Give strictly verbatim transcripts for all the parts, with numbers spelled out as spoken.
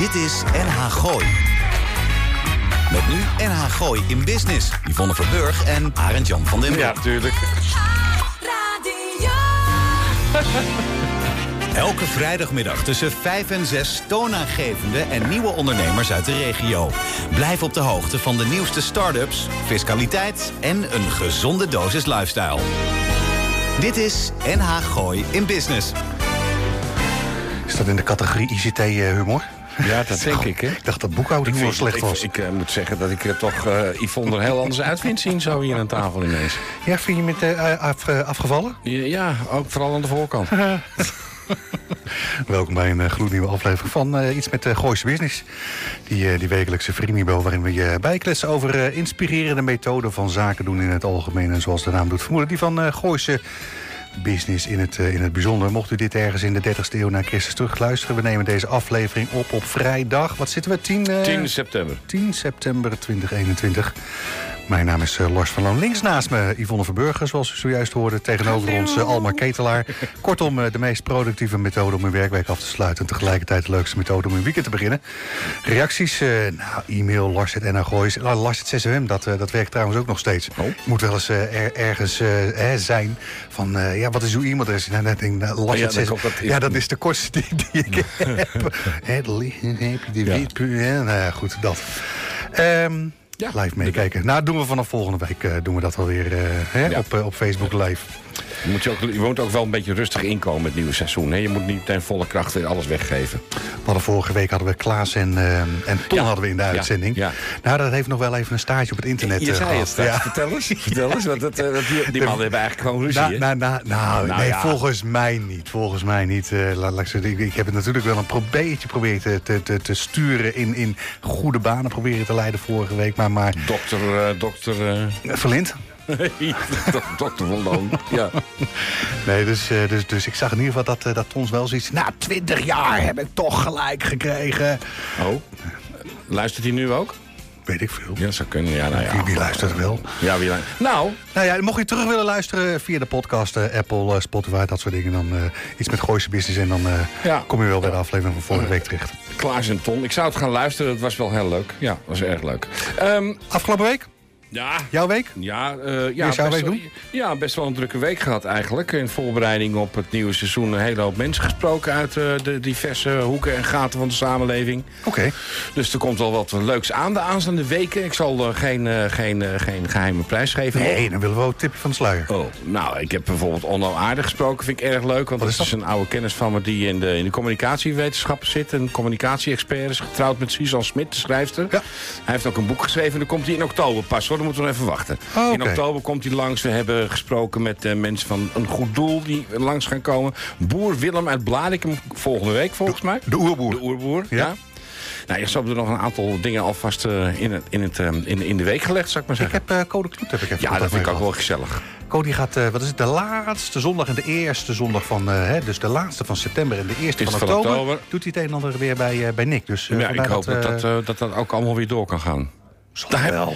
Dit is N H Gooi. Met nu N H Gooi in Business. Yvonne Verburg en Arend Jan van den Broek. Ja, natuurlijk. Elke vrijdagmiddag tussen vijf en zes toonaangevende en nieuwe ondernemers uit de regio. Blijf op de hoogte van de nieuwste start-ups, fiscaliteit en een gezonde dosis lifestyle. Dit is N H Gooi in Business. Is dat in de categorie I C T-humor? Ja, dat denk ik, hè? Ik dacht dat boekhouding wel slecht was. Ik, ik uh, moet zeggen dat ik uh, toch uh, Yvonne er heel anders uit vind zien, zo hier aan tafel ineens. Ja, vind je met uh, af, uh, afgevallen? Ja, ja, ook vooral aan de voorkant. Welkom bij een uh, gloednieuwe aflevering van uh, Iets met uh, Gooise Business. Die, uh, die wekelijkse vriendenbureau waarin we je uh, bijkletsen over uh, inspirerende methoden van zaken doen in het algemeen. En zoals de naam doet vermoeden, die van uh, Gooise Business in het, uh, in het bijzonder. Mocht u dit ergens in de dertigste eeuw naar Christus terugluisteren, we nemen deze aflevering op op vrijdag. Wat zitten we? tien, uh, tien september. tien september tweeduizend eenentwintig. Mijn naam is uh, Lars van Loon. Links naast me Yvonne Verburger, zoals u zojuist hoorde. Tegenover Hallo. ons uh, Almar Ketelaar. Kortom, uh, de meest productieve methode om uw werkweek af te sluiten. En tegelijkertijd de leukste methode om uw weekend te beginnen. Reacties, uh, nou, e-mail, Lars at N H Gooi. Lars at zes M, dat, uh, dat werkt trouwens ook nog steeds. Oh. Je moet wel eens uh, er, ergens uh, eh, zijn van, uh, ja, wat is uw e-mailadres? Nou, dat denk, nou, Lars oh, ja, at zes M. Dat ja, dat is de kortste die, die ik heb. Hè, de wit, ja. Nou, goed, dat. Um, Ja, live meekijken. Nou, doen we vanaf volgende week uh, doen we dat alweer uh, hè, ja. op, uh, op Facebook live. Je moet, je, ook, je moet ook wel een beetje rustig inkomen met het nieuwe seizoen. Hè? Je moet niet ten volle kracht weer alles weggeven. We hadden vorige week hadden we Klaas en, uh, en Ton ja. hadden we in de uitzending. Ja. Ja. Nou, dat heeft nog wel even een staartje op het internet Je uh, zei gehad. het straks. Ja. Vertel eens. Vertel eens. Want dat, uh, dat die, die mannen hebben eigenlijk gewoon ruzie. Nou, nou, nou, nou, nou nee, ja. volgens mij niet. Volgens mij niet. Uh, laat, laat ik, ik heb het natuurlijk wel een beetje proberen te, te, te, te sturen in, in goede banen proberen te leiden vorige week. Maar, maar dokter, uh, dokter uh... Verlind. dokter Van Loon, ja. Nee, dus, dus, dus ik zag in ieder geval dat, dat ons wel zoiets... Na twintig jaar heb ik toch gelijk gekregen. Oh, luistert hij nu ook? Weet ik veel. Ja, zou kunnen. Ja, nou ja. Wie, wie luistert wel? Ja, wie luistert? Nou. Nou ja, mocht je terug willen luisteren via de podcast, uh, Apple, uh, Spotify, dat soort dingen, dan uh, iets met Gooise Business en dan uh, ja. kom je wel bij de aflevering van vorige week terecht. Klaas en Ton. Ik zou het gaan luisteren. Het was wel heel leuk. Ja, was erg leuk. Um, Afgelopen week? Ja. Jouw week? Ja, uh, ja, best week wel, doen? Ja, best wel een drukke week gehad eigenlijk. In voorbereiding op het nieuwe seizoen een hele hoop mensen gesproken uit uh, de diverse hoeken en gaten van de samenleving. Oké. Okay. Dus er komt wel wat leuks aan de aanstaande weken. Ik zal uh, geen, uh, geen, uh, geen geheime prijs geven. Nee, dan willen we ook een tipje van de sluier. Oh, nou, ik heb bijvoorbeeld Onno Aardig gesproken. Vind ik erg leuk, want dat is, dat is een oude kennis van me die in de, in de communicatiewetenschappen zit. Een communicatie-expert, is getrouwd met Suzanne Smit, de schrijfster. Ja. Hij heeft ook een boek geschreven en dan komt hij in oktober pas, hoor. Dan moeten we nog even wachten. Oh, okay. In oktober komt hij langs. We hebben gesproken met uh, mensen van een goed doel die langs gaan komen. Boer Willem uit Blarikum volgende week volgens de, mij. De oerboer. De oerboer, ja. ja. Nou, je hebben er nog een aantal dingen alvast uh, in, het, in, het, uh, in, in de week gelegd, zou ik maar zeggen. Ik heb uh, Code Kloet heb ik even. Ja, dat vind ik ook wel gezellig. Cody gaat, uh, wat is het, de laatste zondag en de eerste zondag van, uh, hè, dus de laatste van september en de eerste van, van oktober, oktober, doet hij het een en ander weer bij, uh, bij Nick. Dus, uh, ja, ik hoop dat, uh, dat, uh, dat dat ook allemaal weer door kan gaan. Zal wel.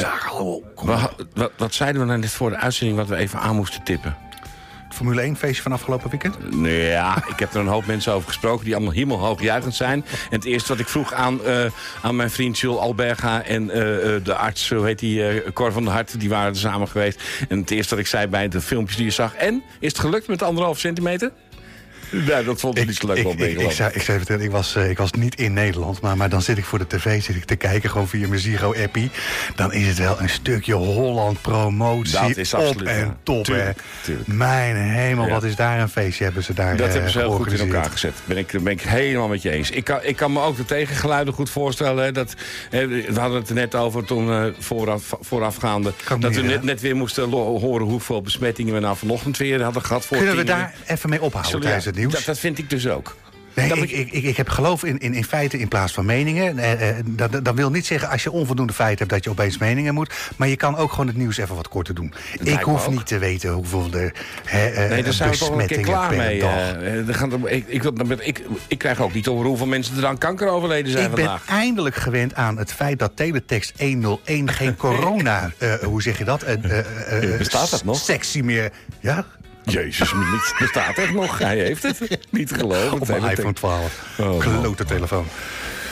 Wat, wat, wat zeiden we nou net voor de uitzending wat we even aan moesten tippen? Het Formule één feestje van afgelopen weekend? Ja, ik heb er een hoop mensen over gesproken die allemaal hemelhoog juichend zijn. En het eerste wat ik vroeg aan, uh, aan mijn vriend Jules Alberga en uh, de arts, hoe heet die, uh, Cor van der Hart, die waren er samen geweest. En het eerste wat ik zei bij de filmpjes die je zag, en, is het gelukt met anderhalf centimeter? Ja, dat vond ik niet zo leuk wel mee. Ik, ik, ik, zei, ik, zei vertellen, ik, was, uh, ik was niet in Nederland, maar, maar dan zit ik voor de tv zit ik te kijken, gewoon via mijn Ziggo-appie. Dan is het wel een stukje Holland-promotie op absoluut, en ja. top. Tuurlijk, tuurlijk. Mijn hemel, ja. Wat is daar een feestje hebben ze daar Dat uh, hebben ze heel goed in elkaar gezet. Ben ik, ben ik helemaal met je eens. Ik kan, ik kan me ook de tegengeluiden goed voorstellen. Hè, dat, hè, we hadden het er net over toen uh, vooraf, voorafgaande. Kan dat niet, we net, net weer moesten horen hoeveel besmettingen we nou vanochtend weer hadden gehad. Voor Kunnen we daar even mee ophouden tijdens het nieuws? Dat, dat vind ik dus ook. Nee, ik, ik, ik, ik heb geloof in, in, in feiten in plaats van meningen. Eh, eh, dat, dat wil niet zeggen als je onvoldoende feiten hebt dat je opeens meningen moet. Maar je kan ook gewoon het nieuws even wat korter doen. Dat ik hoef niet te weten hoeveel er he, eh, nee, daar zijn we toch een keer klaar mee. Uh, uh, gaan, ik, ik, ik, ik krijg ook niet over hoeveel mensen er aan kanker overleden zijn ik vandaag. Ik ben eindelijk gewend aan het feit dat teletext honderdéén geen corona, uh, hoe zeg je dat? Uh, uh, uh, Bestaat dat nog? Sexy meer, ja... Jezus, het bestaat echt nog. Hij heeft het niet geloofd. Op een iPhone twaalf. Oh, klote telefoon.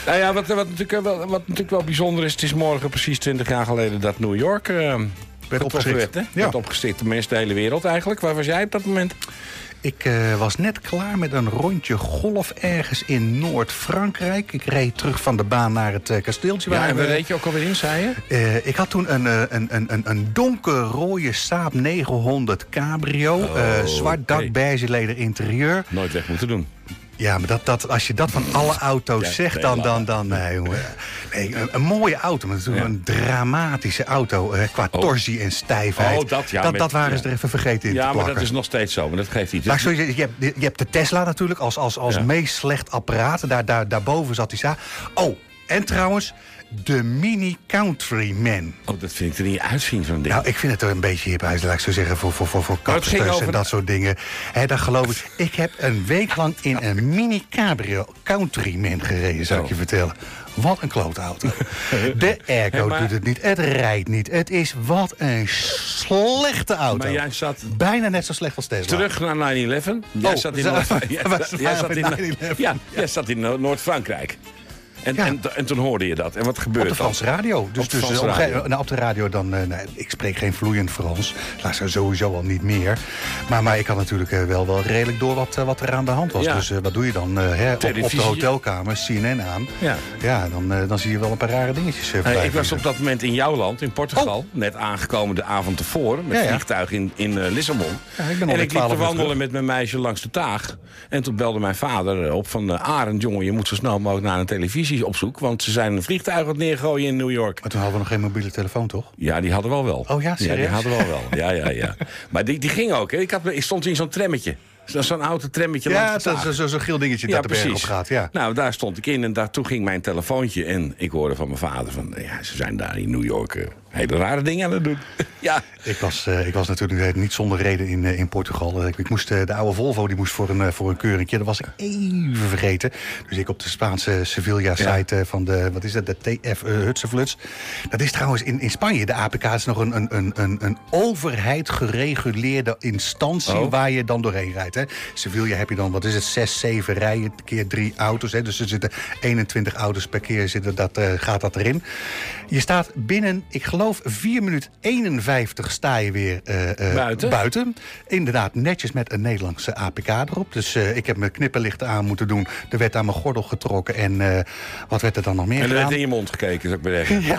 Nou ja, wat, wat, natuurlijk wel, wat natuurlijk wel bijzonder is... het is morgen precies twintig jaar geleden dat New York... Uh, werd opgeschrikt. Werd, hè? Ja. werd opgeschrikt. De mensen de hele wereld eigenlijk. Waar was jij op dat moment? Ik uh, was net klaar met een rondje golf ergens in Noord-Frankrijk. Ik reed terug van de baan naar het uh, kasteeltje. Ja, waar en waar we... reed je ook alweer in, zei je? Uh, ik had toen een, uh, een, een, een donkerrode Saab negenhonderd Cabrio. Oh, uh, zwart dak, okay. beige leder interieur. Nooit weg moeten doen. Ja, maar dat, dat, als je dat van alle auto's ja, zegt, dan... dan, dan nee, jongen. Nee, een, een mooie auto, maar natuurlijk ja. een dramatische auto. Eh, qua oh. torsie en stijfheid. Oh, dat, ja, dat, met, dat waren ja. ze er even vergeten in ja, te plakken. Ja, maar dat is nog steeds zo, maar dat geeft niet. Maar zo, je, je, hebt, je hebt de Tesla natuurlijk als, als, als ja. meest slecht apparaat. Daar, daar, daarboven zat die Saab. Oh, en trouwens... de Mini Countryman. Oh, dat vind ik er niet uitzien, zo'n ding. Nou, ik vind het er een beetje hip uit, laat ik zo zeggen, voor, voor, voor, voor kapsters en dat soort dingen. Hé, dat geloof ik. Ik heb een week lang in een Mini Cabrio Countryman gereden, zou ik je vertellen. Wat een klote auto. De airco hey, maar... doet het niet, het rijdt niet. Het is wat een slechte auto. Maar jij zat... bijna net zo slecht als Tesla. Terug naar nine eleven. Jij oh, zat in, Noord... jij zat in, ja, jij zat in Noord-Frankrijk. En, ja. en, en toen hoorde je dat. En wat gebeurde op de Franse radio. Dus, op, de dus Franse op, radio. Nou, op de radio dan... Uh, nou, ik spreek geen vloeiend Frans. Laat ze sowieso al niet meer. Maar, maar ik had natuurlijk uh, wel, wel redelijk door wat, uh, wat er aan de hand was. Ja. Dus uh, wat doe je dan? Uh, hè, op, op de hotelkamer, C N N aan. Ja, ja dan, uh, dan zie je wel een paar rare dingetjes. Uh, hey, ik was op dat moment in jouw land, in Portugal. Oh. Net aangekomen de avond tevoren. Met ja, ja. vliegtuig in, in uh, Lissabon. Ja, ik ben en ik liep te wandelen met mijn meisje langs de Taag. En toen belde mijn vader op van... Uh, Arend, jongen, je moet zo snel mogelijk naar een televisie op zoek. Want ze zijn een vliegtuig aan het neergooien in New York. Maar toen hadden we nog geen mobiele telefoon, toch? Ja, die hadden we wel. Oh ja, serieus? Ja, die hadden we wel. Ja, ja, ja. Maar die, die ging ook. Hè. Ik, had, ik stond in zo'n trammetje. Zo'n oude trammetje. Ja, zo'n zo, zo, zo geel dingetje ja, dat de berg op gaat. Ja. Nou, daar stond ik in en daar, toen ging mijn telefoontje. En ik hoorde van mijn vader van... ja, ze zijn daar in New York uh, hele rare dingen aan het doen. Ja. Ik was, uh, ik was natuurlijk niet zonder reden in, uh, in Portugal. Uh, ik, ik moest, uh, de oude Volvo die moest voor een, uh, voor een keuringje. Dat was ik even vergeten. Dus ik op de Spaanse Sevilla-site ja. uh, van de... wat is dat? De T F uh, Hutsenfluts. Dat is trouwens in, in Spanje. De A P K is nog een, een, een, een overheid gereguleerde instantie... Oh. waar je dan doorheen rijdt. Hè. Sevilla heb je dan, wat is het, zes, zeven rijen keer drie auto's. Hè. Dus er zitten eenentwintig auto's per keer, zitten, dat, uh, gaat dat erin. Je staat binnen, ik geloof, vier minuten eenenvijftig sta je weer uh, uh, buiten. buiten. Inderdaad, netjes met een Nederlandse A P K erop. Dus uh, ik heb mijn knipperlichten aan moeten doen. Er werd aan mijn gordel getrokken. En uh, wat werd er dan nog meer en gedaan? En er werd in je mond gekeken, zou ik maar zeggen. Ja,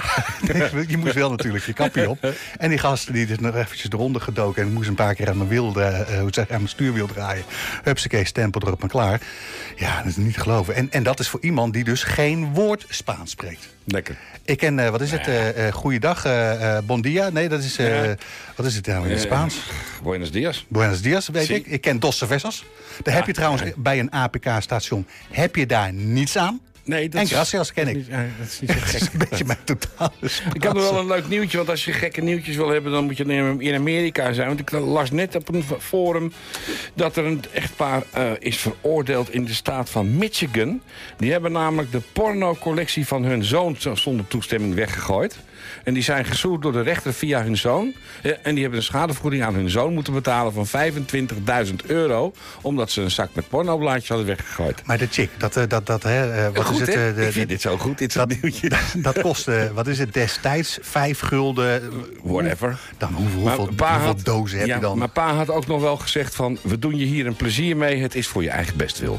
je moest wel natuurlijk je kapje op. En die gasten die dus nog eventjes eronder gedoken. En ik moest een paar keer aan mijn, wilde, uh, hoe zeg, aan mijn stuurwiel draaien. Hupsakee, stempel erop en klaar. Ja, dat is niet te geloven. En, en dat is voor iemand die dus geen woord Spaans spreekt. Lekker. Ik ken, uh, wat is het, uh, uh, goeiedag, uh, uh, bon dia. Nee, dat is, uh, ja. wat is het nou in het Spaans? Uh, buenos dias. Buenos dias, weet sí. ik. Ik ken dos cervezas. Daar ja, heb je trouwens ja. bij een A P K-station, heb je daar niets aan. Nee, dat en gracias ken ik. Niet, ja, dat is niet zo gek. Dat is een beetje mijn totale Spaans. Ik heb nog wel een leuk nieuwtje, want als je gekke nieuwtjes wil hebben... dan moet je in Amerika zijn. Want ik las net op een forum dat er een echtpaar uh, is veroordeeld in de staat van Michigan. Die hebben namelijk de pornocollectie van hun zoon zonder toestemming weggegooid. En die zijn gezoend door de rechter via hun zoon. En die hebben een schadevergoeding aan hun zoon moeten betalen van vijfentwintigduizend euro. Omdat ze een zak met pornoblaadjes hadden weggegooid. Maar de chick, dat... dat, dat hè, wat goed, is het, hè? De, ik vind dit zo goed, dit dat, nieuwtje. Dat, dat kostte, wat is het, destijds vijf gulden. Whatever. Dan hoeveel, hoeveel, hoeveel had, dozen heb ja, je dan? Maar pa had ook nog wel gezegd van... we doen je hier een plezier mee, het is voor je eigen bestwil.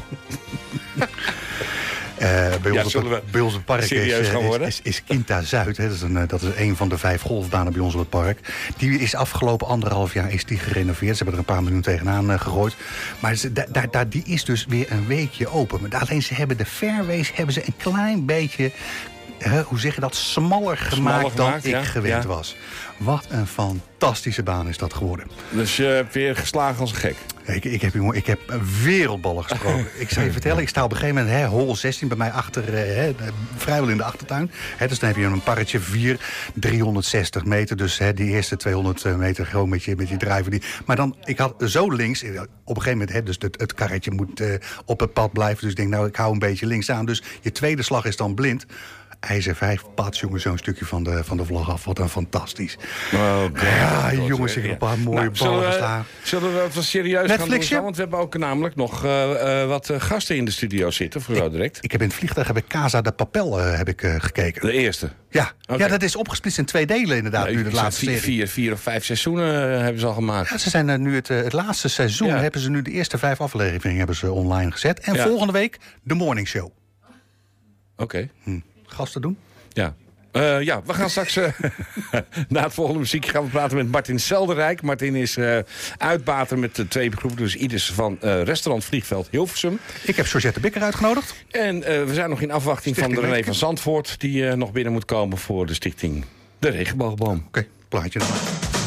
Uh, bij, ja, ons op het, bij ons op het park is, uh, is, is, is Quinta Zuid. Hè, dat, is een, dat is een van de vijf golfbanen bij ons op het park. Die is afgelopen anderhalf jaar is die gerenoveerd. Ze hebben er een paar miljoen tegenaan uh, gegooid. Maar ze, da, da, da, die is dus weer een weekje open. Maar alleen ze hebben de fairways hebben ze een klein beetje... Uh, hoe zeg je dat? Smaller gemaakt, Smaller gemaakt dan ja, ik gewend ja. was. Wat een fantastische baan is dat geworden. Dus je uh, hebt weer geslagen als een gek. Ik, ik, heb, jongen, ik heb wereldballen gesproken. Ik zou je vertellen, ik sta op een gegeven moment, hè, hole zestien bij mij achter, hè, vrijwel in de achtertuin. Hè, dus dan heb je een parretje vier, driehonderdzestig meter. Dus hè, die eerste tweehonderd meter gewoon met je, met je driver. Die, maar dan, ik had zo links, op een gegeven moment, hè, dus het, het karretje moet uh, op het pad blijven. Dus ik denk, nou, ik hou een beetje links aan. Dus je tweede slag is dan blind. IJzer vijf, pats, jongens, zo'n stukje van de, van de vlog af. Wat een fantastisch. Oh, ja, jongens, ik heb een paar mooie nou, ballen zullen we, staan. Zullen we wat serieus Netflixje? gaan doen? Want we hebben ook namelijk nog uh, uh, wat uh, gasten in de studio zitten, voor zo direct. Ik, ik heb in het vliegtuig heb ik Casa de Papel uh, heb ik, uh, gekeken. De eerste? Ja. Okay. Ja, dat is opgesplitst in twee delen inderdaad, ja, nu de laatste vier, serie. Vier, vier of vijf seizoenen uh, hebben ze al gemaakt. Ja, ze zijn uh, nu het, uh, het laatste seizoen, ja. hebben ze nu de eerste vijf afleveringen hebben ze online gezet. En ja. volgende week de morning show. Oké. Okay. Hm. Gasten doen? Ja. Uh, ja, we gaan straks, uh, na het volgende muziekje gaan we praten met Martin Selderijk. Martin is uh, uitbater met de twee groepen, dus ieders van uh, restaurant Vliegveld Hilversum. Ik heb Georgette Bikker uitgenodigd. En uh, we zijn nog in afwachting stichting van de René van Zandvoort, die uh, nog binnen moet komen voor de stichting De Regenboogboom. Oké, okay, plaatje dan.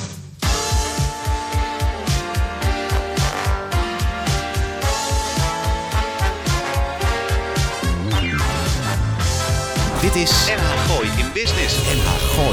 Dit is N H Gooi in Business. N H Gooi.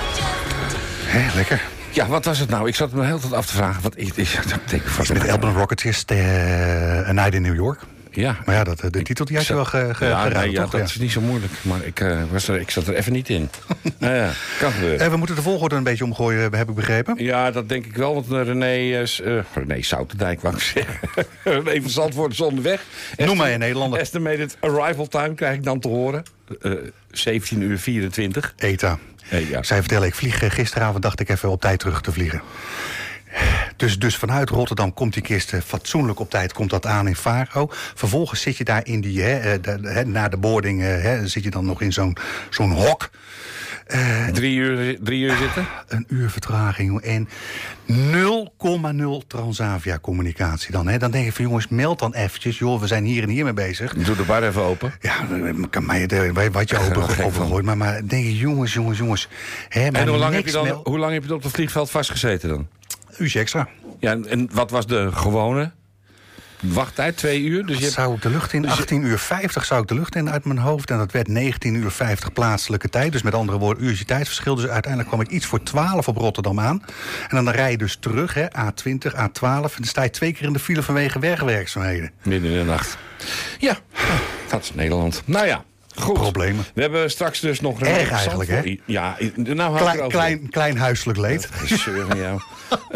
Hé, lekker. Ja, wat was het nou? Ik zat me heel tijd af te vragen. Wat is, is, dat denk ik met Elton Rockets, uh, A Night in New York. Ja. Maar ja, dat, de titel die had je wel ge, ge, ja, geraden, nee, ja, toch? dat ja. is niet zo moeilijk. Maar ik, uh, was er, ik zat er even niet in. nou ja, kan gebeuren. Uh, we moeten de volgorde een beetje omgooien, heb ik begrepen. Ja, dat denk ik wel. Want René, uh, René Soutendijk, wou ik zeggen. René van Zandvoort is onderweg. Noem mij een Nederlander. Estimated arrival time krijg ik dan te horen. Uh, zeventien uur vierentwintig. E T A. Hey, ja. Ik zei vertellen, ik vlieg gisteravond, dacht ik even op tijd terug te vliegen. Dus, dus vanuit Rotterdam komt die kist fatsoenlijk op tijd, komt dat aan in Faro. Vervolgens zit je daar in die, hè, de, de, na de boarding, hè, zit je dan nog in zo'n zo'n hok. Uh, drie, uur, drie uur zitten? Een uur vertraging en nul komma nul Transavia-communicatie dan. Hè. Dan denk ik van jongens, meld dan eventjes. Joh, we zijn hier en hier mee bezig. Doe de bar even open. Ja, kan mij wat je open opengooit. Maar, maar denk ik, jongens, jongens, jongens. Hè, en hoe lang, heb je dan, hoe lang heb je op het vliegveld vastgezeten dan? Een uurtje extra. Ja, en wat was de gewone wachttijd? Twee uur? Dus je hebt... zou ik de lucht in, dus achttien uur vijftig zou ik de lucht in uit mijn hoofd. En dat werd negentien uur vijftig plaatselijke tijd. Dus met andere woorden, uurtje tijdsverschil. Dus uiteindelijk kwam ik iets voor twaalf op Rotterdam aan. En dan rij je dus terug, hè, A twintig, A twaalf. En dan sta je twee keer in de file vanwege wegwerkzaamheden. Midden in de nacht. Ja, dat is Nederland. Nou ja. Goed. Problemen. We hebben straks dus nog... Erg eigenlijk, hè? Voor... Ja, nou Klein, ik klein, klein huiselijk leed. Zeur van jou.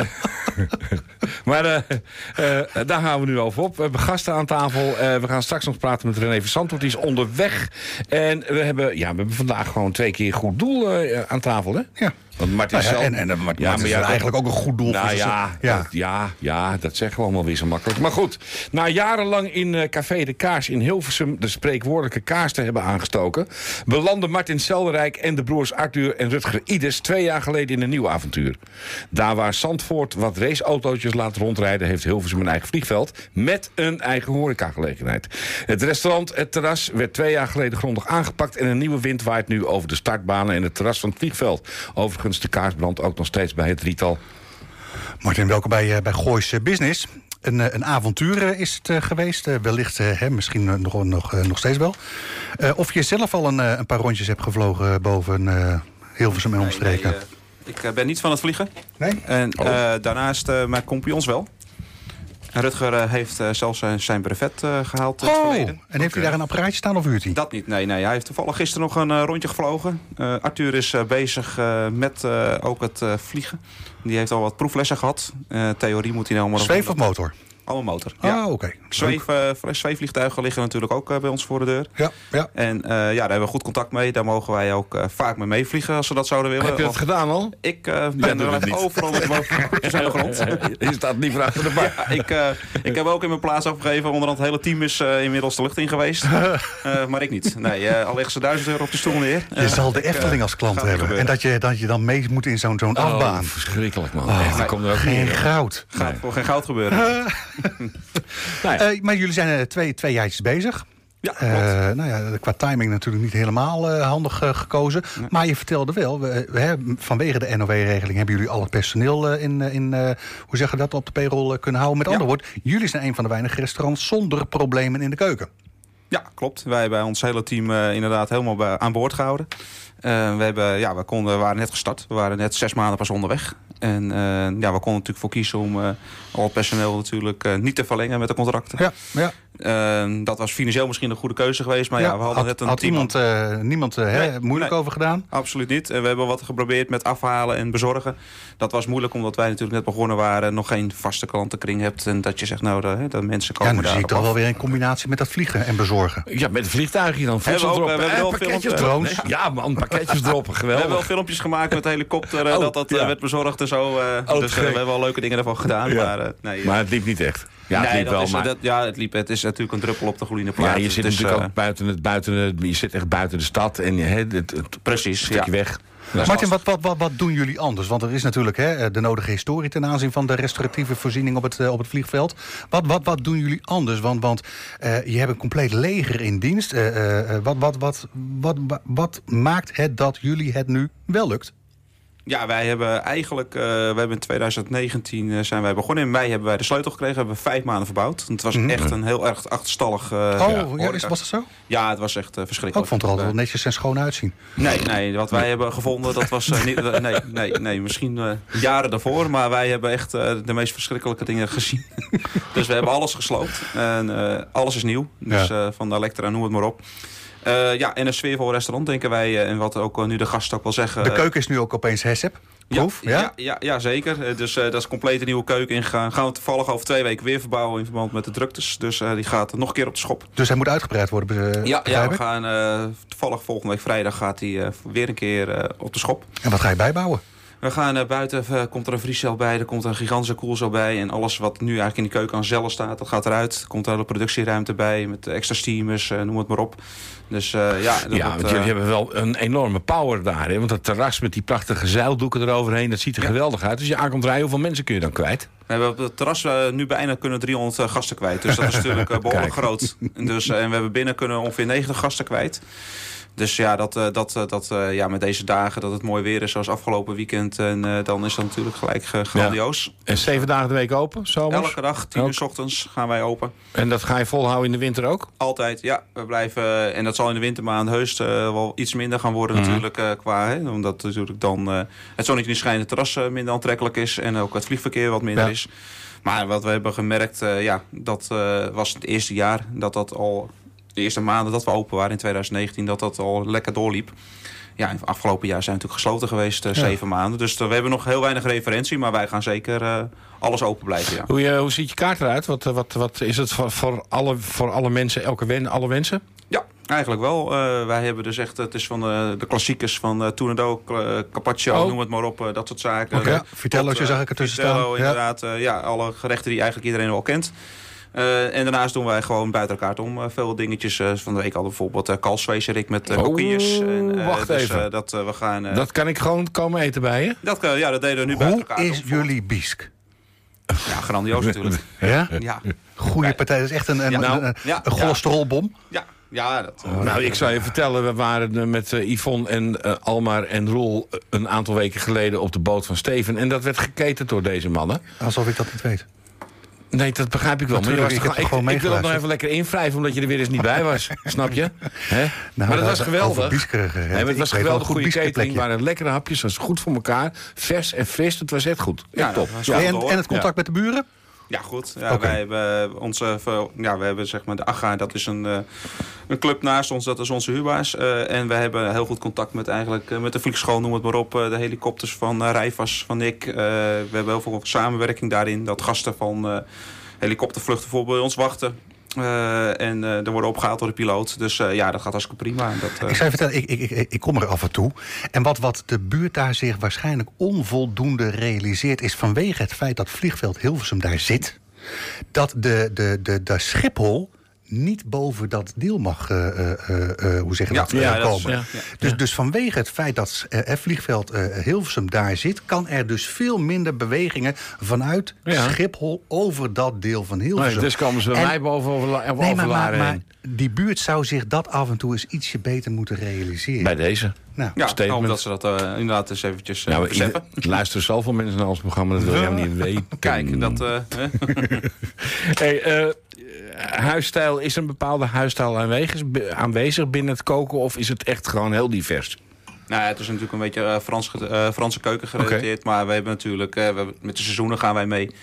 maar uh, uh, daar gaan we nu over op. We hebben gasten aan tafel. Uh, we gaan straks nog praten met René van Zandvoort. Die is onderweg. En we hebben, ja, we hebben vandaag gewoon twee keer goed doel uh, aan tafel, hè? Ja. Want Martin nou ja, zelf... En, en, en Martin ja, maar is ja, eigenlijk ook een goed doel. Nou voor ja, ja. Dat, ja, ja, dat zeggen we allemaal weer zo makkelijk. Maar goed, na jarenlang in uh, Café de Kaars in Hilversum... de spreekwoordelijke kaars te hebben aangestoken... belanden Martin Selderijk en de broers Arthur en Rutger Ides... twee jaar geleden in een nieuw avontuur. Daar waar Zandvoort wat raceautootjes laat rondrijden... heeft Hilversum een eigen vliegveld... met een eigen horecagelegenheid. Het restaurant, het terras, werd twee jaar geleden grondig aangepakt... en een nieuwe wind waait nu over de startbanen en het terras van het vliegveld. Overigens, de kaarsbrand ook nog steeds bij het drietal. Martin, welkom bij, uh, bij Goois Business. Een, uh, een avontuur uh, is het uh, geweest. Uh, wellicht uh, hè, misschien uh, nog, nog, uh, nog steeds wel. Uh, of je zelf al een, uh, een paar rondjes hebt gevlogen boven uh, Hilversum en omstreken? Nee, nee, uh, ik uh, ben niet van het vliegen. Nee? En uh, oh. daarnaast uh, mijn compagnons wel. En Rutger uh, heeft uh, zelfs uh, zijn brevet uh, gehaald in oh, het verleden. En heeft okay. hij daar een apparaatje staan of huurt hij? Dat niet, nee, nee. Hij heeft toevallig gisteren nog een uh, rondje gevlogen. Uh, Arthur is uh, bezig uh, met uh, ook het uh, vliegen. Die heeft al wat proeflessen gehad. Uh, theorie moet hij nou maar... Zweef of motor? Allemaal motor. Ah, ja. oké. Okay. Zweef, uh, zweefvliegtuigen liggen natuurlijk ook uh, bij ons voor de deur. Ja, ja. En uh, ja, daar hebben we goed contact mee. Daar mogen wij ook uh, vaak mee meevliegen als we dat zouden willen. Heb je dat of, gedaan al? Ik uh, ben er even overal met mijn voetjes aan de grond. Je staat liever achter de bar. Ja, ik, uh, ik heb ook in mijn plaats opgegeven. Onderhand het hele team is uh, inmiddels de lucht in geweest. Uh, maar ik niet. Nee, uh, al leggen ze duizend euro op de stoel neer. Je uh, zal de Efteling als klant uh, hebben. En dat je, dat je dan mee moet in zo'n zo'n oh, afbaan. Verschrikkelijk, man. Oh, echt, nee, komt er ook geen niet goud. Gaat nee. voor geen goud gebeuren. Uh, nee. uh, maar jullie zijn uh, twee, twee jaartjes bezig. Ja, klopt. Uh, nou ja, qua timing natuurlijk niet helemaal uh, handig uh, gekozen. Nee. Maar je vertelde wel, we, we hebben, vanwege de N O W-regeling... hebben jullie al het personeel uh, in, in uh, hoe zeg je dat, op de payroll uh, kunnen houden. Met ja. andere woorden, jullie zijn een van de weinige restaurants... zonder problemen in de keuken. Ja, klopt. Wij hebben ons hele team uh, inderdaad helemaal bij, aan boord gehouden. Uh, we, hebben, ja, we, konden, we waren net gestart. We waren net zes maanden pas onderweg. En uh, ja, we konden natuurlijk voor kiezen om uh, al het personeel natuurlijk uh, niet te verlengen met de contracten. Ja, ja. Uh, dat was financieel misschien een goede keuze geweest. Maar ja, ja we hadden had, net een had team... iemand, uh, niemand uh, nee, hè, moeilijk nee, over gedaan? Absoluut niet. En we hebben wat geprobeerd met afhalen en bezorgen. Dat was moeilijk omdat wij natuurlijk net begonnen waren. Nog geen vaste klantenkring hebt. En dat je zegt, nou, dat, dat mensen komen daar. Ja, nu zie ik toch af. wel weer in combinatie met dat vliegen en bezorgen. Ja, met een vliegtuigje dan. Voedsel ook, droppen. We hebben eh, wel pakketjes drones. Nee, ja man, pakketjes droppen. Geweldig. We hebben wel filmpjes gemaakt met de helikopter. Uh, oh, dat dat uh, ja. werd bezorgd en zo. Uh, oh, dus uh, we hebben wel leuke dingen ervan gedaan. Ja. Maar, uh, nee, maar het liep niet echt. Ja, het nee, liep dat wel, is, maar... dat, ja, het liep. Het is natuurlijk een druppel op de gloeiende plaat. Ja, je zit dus, natuurlijk uh, ook buiten het, buiten het, je zit echt buiten de stad en je, het, het, het precies, stukje ja. weg. Ja. Martin, wat, wat, wat, wat doen jullie anders? Want er is natuurlijk hè, de nodige historie ten aanzien van de restauratieve voorziening op het, uh, op het vliegveld. Wat, wat, wat doen jullie anders? Want, want uh, je hebt een compleet leger in dienst. Uh, uh, wat, wat, wat, wat, wat, wat maakt het dat jullie het nu wel lukt? Ja, wij hebben eigenlijk, uh, we hebben in twintig negentien uh, zijn wij begonnen. In mei hebben wij de sleutel gekregen, hebben we vijf maanden verbouwd. Het was mm-hmm. echt een heel erg achterstallig... Uh, oh, ja, is, was dat zo? Ja, het was echt uh, verschrikkelijk. Oh, ik vond het er altijd wel netjes en schoon uitzien. Nee, nee, wat wij hebben gevonden, dat was uh, niet... Uh, nee, nee, nee, misschien uh, jaren daarvoor, maar wij hebben echt uh, de meest verschrikkelijke dingen gezien. Dus we hebben alles gesloopt en uh, alles is nieuw. Dus uh, van de Elektra, noem het maar op. Uh, ja, en een sfeervol restaurant, denken wij. Uh, en wat ook uh, nu de gasten ook wel zeggen. De keuken is nu ook opeens HACCP? Proef, ja, ja? Ja, ja, ja, zeker. Uh, dus uh, dat is een complete nieuwe keuken ingegaan. Gaan we toevallig over twee weken weer verbouwen in verband met de druktes. Dus uh, die gaat nog een keer op de schop. Dus hij moet uitgebreid worden? Uh, ja, ja, we gaan uh, toevallig volgende week vrijdag gaat hij uh, weer een keer uh, op de schop. En wat ga je bijbouwen? We gaan uh, buiten, uh, komt er een vriescel bij, er komt een gigantische koelcel bij. En alles wat nu eigenlijk in de keuken aan cellen staat, dat gaat eruit. Er komt een hele productieruimte bij, met extra steamers, uh, noem het maar op. Dus uh, ja... Dat ja, wordt, want jullie uh, hebben wel een enorme power daar. Hè? Want dat terras met die prachtige zeildoeken eroverheen, dat ziet er ja. geweldig uit. Dus je aankomt rijden, hoeveel mensen kun je dan kwijt? We hebben op het terras uh, nu bijna kunnen driehonderd uh, gasten kwijt. Dus dat is natuurlijk uh, behoorlijk groot. Dus, uh, en we hebben binnen kunnen ongeveer negentig gasten kwijt. Dus ja, dat, uh, dat, uh, dat, uh, ja, met deze dagen dat het mooi weer is zoals afgelopen weekend. En uh, dan is dat natuurlijk gelijk uh, grandioos. Ja. En zeven dagen de week open, zomers? Elke dag, tien uur 's ochtends gaan wij open. En dat ga je volhouden in de winter ook? Altijd, ja. We blijven, uh, en dat zal in de wintermaanden heus uh, wel iets minder gaan worden mm-hmm. natuurlijk. Uh, qua, hè, omdat natuurlijk dan uh, het zonnetje niet schijnt, het terras uh, minder aantrekkelijk is. En ook het vliegverkeer wat minder ja. is. Maar wat we hebben gemerkt, uh, ja, dat uh, was het eerste jaar dat dat al... De eerste maanden dat we open waren in twintig negentien, dat dat al lekker doorliep. Ja, in het afgelopen jaar zijn we natuurlijk gesloten geweest, uh, ja. zeven maanden. Dus uh, we hebben nog heel weinig referentie, maar wij gaan zeker uh, alles open blijven. Ja. Hoe, uh, hoe ziet je kaart eruit? Wat, wat, wat is het voor, voor, alle, voor alle mensen, elke wen, alle wensen? Ja, eigenlijk wel. Uh, wij hebben dus echt, het is van de, de klassiekers van uh, Tournedo, uh, Carpaccio, oh. noem het maar op, uh, dat soort zaken. Okay. Ja, Vitellootje uh, zag ik ertussen staan. Vitello, inderdaad. Ja. Uh, ja, alle gerechten die eigenlijk iedereen wel kent. Uh, en daarnaast doen wij gewoon buiten elkaar om uh, veel dingetjes. Uh, van de week hadden we bijvoorbeeld uh, kalfswezerik met uh, kokkies. Oh, en, uh, wacht dus, even. Uh, dat, uh, we gaan, uh, dat kan ik gewoon komen eten bij je? Dat, uh, ja, dat deden we nu Hoe buiten elkaar. Hoe is jullie biesk? Ja, grandioos natuurlijk. Ja? Ja. Goeie partij. Dat is echt een, een, ja, nou, een, ja, een cholesterolbom. Ja. Ja, dat, uh, nou, ik zou je vertellen, we waren met uh, Yvonne en uh, Almar en Roel een aantal weken geleden op de boot van Steven. En dat werd geketend door deze mannen. Alsof ik dat niet weet. Nee, dat begrijp ik wel. Maar je was ik, toch, ik, ik, ik wil het nog even lekker invrijven, omdat je er weer eens niet bij was. Snap je? He? Nou, maar dat was geweldig. Bieskeren, nee, het was geweldig goede catering. Er waren lekkere hapjes, was goed voor elkaar. Vers en fris, het was echt goed. Ja, top. Ja, en, en het contact ja. met de buren? Ja, goed. Ja, okay. Wij hebben onze, ja, we hebben zeg maar de AGA, dat is een, uh, een club naast ons, dat is onze huurbaas. Uh, en we hebben heel goed contact met eigenlijk uh, met de vliegschool, noem het maar op. Uh, de helikopters van uh, Rijvas, van Nick. Uh, we hebben heel veel samenwerking daarin. Dat gasten van uh, helikoptervluchten voor bij ons wachten. Uh, en uh, er worden opgehaald door de piloot. Dus uh, ja, dat gaat hartstikke prima. Dat, uh... Ik zou je vertellen, ik, ik, ik, ik kom er af en toe. En wat, wat de buurt daar zich waarschijnlijk onvoldoende realiseert, is vanwege het feit dat vliegveld Hilversum daar zit, dat de, de, de, de Schiphol niet boven dat deel mag, uh, uh, uh, hoe zeg je ja, dat, ja, uh, dat komen. is, ja, ja. Dus, dus vanwege het feit dat uh, vliegveld uh, Hilversum daar zit, kan er dus veel minder bewegingen vanuit ja. Schiphol over dat deel van Hilversum. Nee, dus komen ze bij mij boven over, over nee, maar, maar, maar heen. Die buurt zou zich dat af en toe eens ietsje beter moeten realiseren. Bij deze. Nou, ja, omdat ze dat uh, inderdaad eens eventjes uh, nou, beseffen. Er luisteren zoveel mensen naar ons programma, dat wil je helemaal niet weten. Kijk, dat... Uh, hey, uh, huisstijl, is een bepaalde huisstijl aanwezig, aanwezig binnen het koken, of is het echt gewoon heel divers? Nou ja, het is natuurlijk een beetje uh, Frans, uh, Franse keuken gerelateerd. Okay. Maar we hebben natuurlijk, uh, we hebben, met de seizoenen gaan wij mee.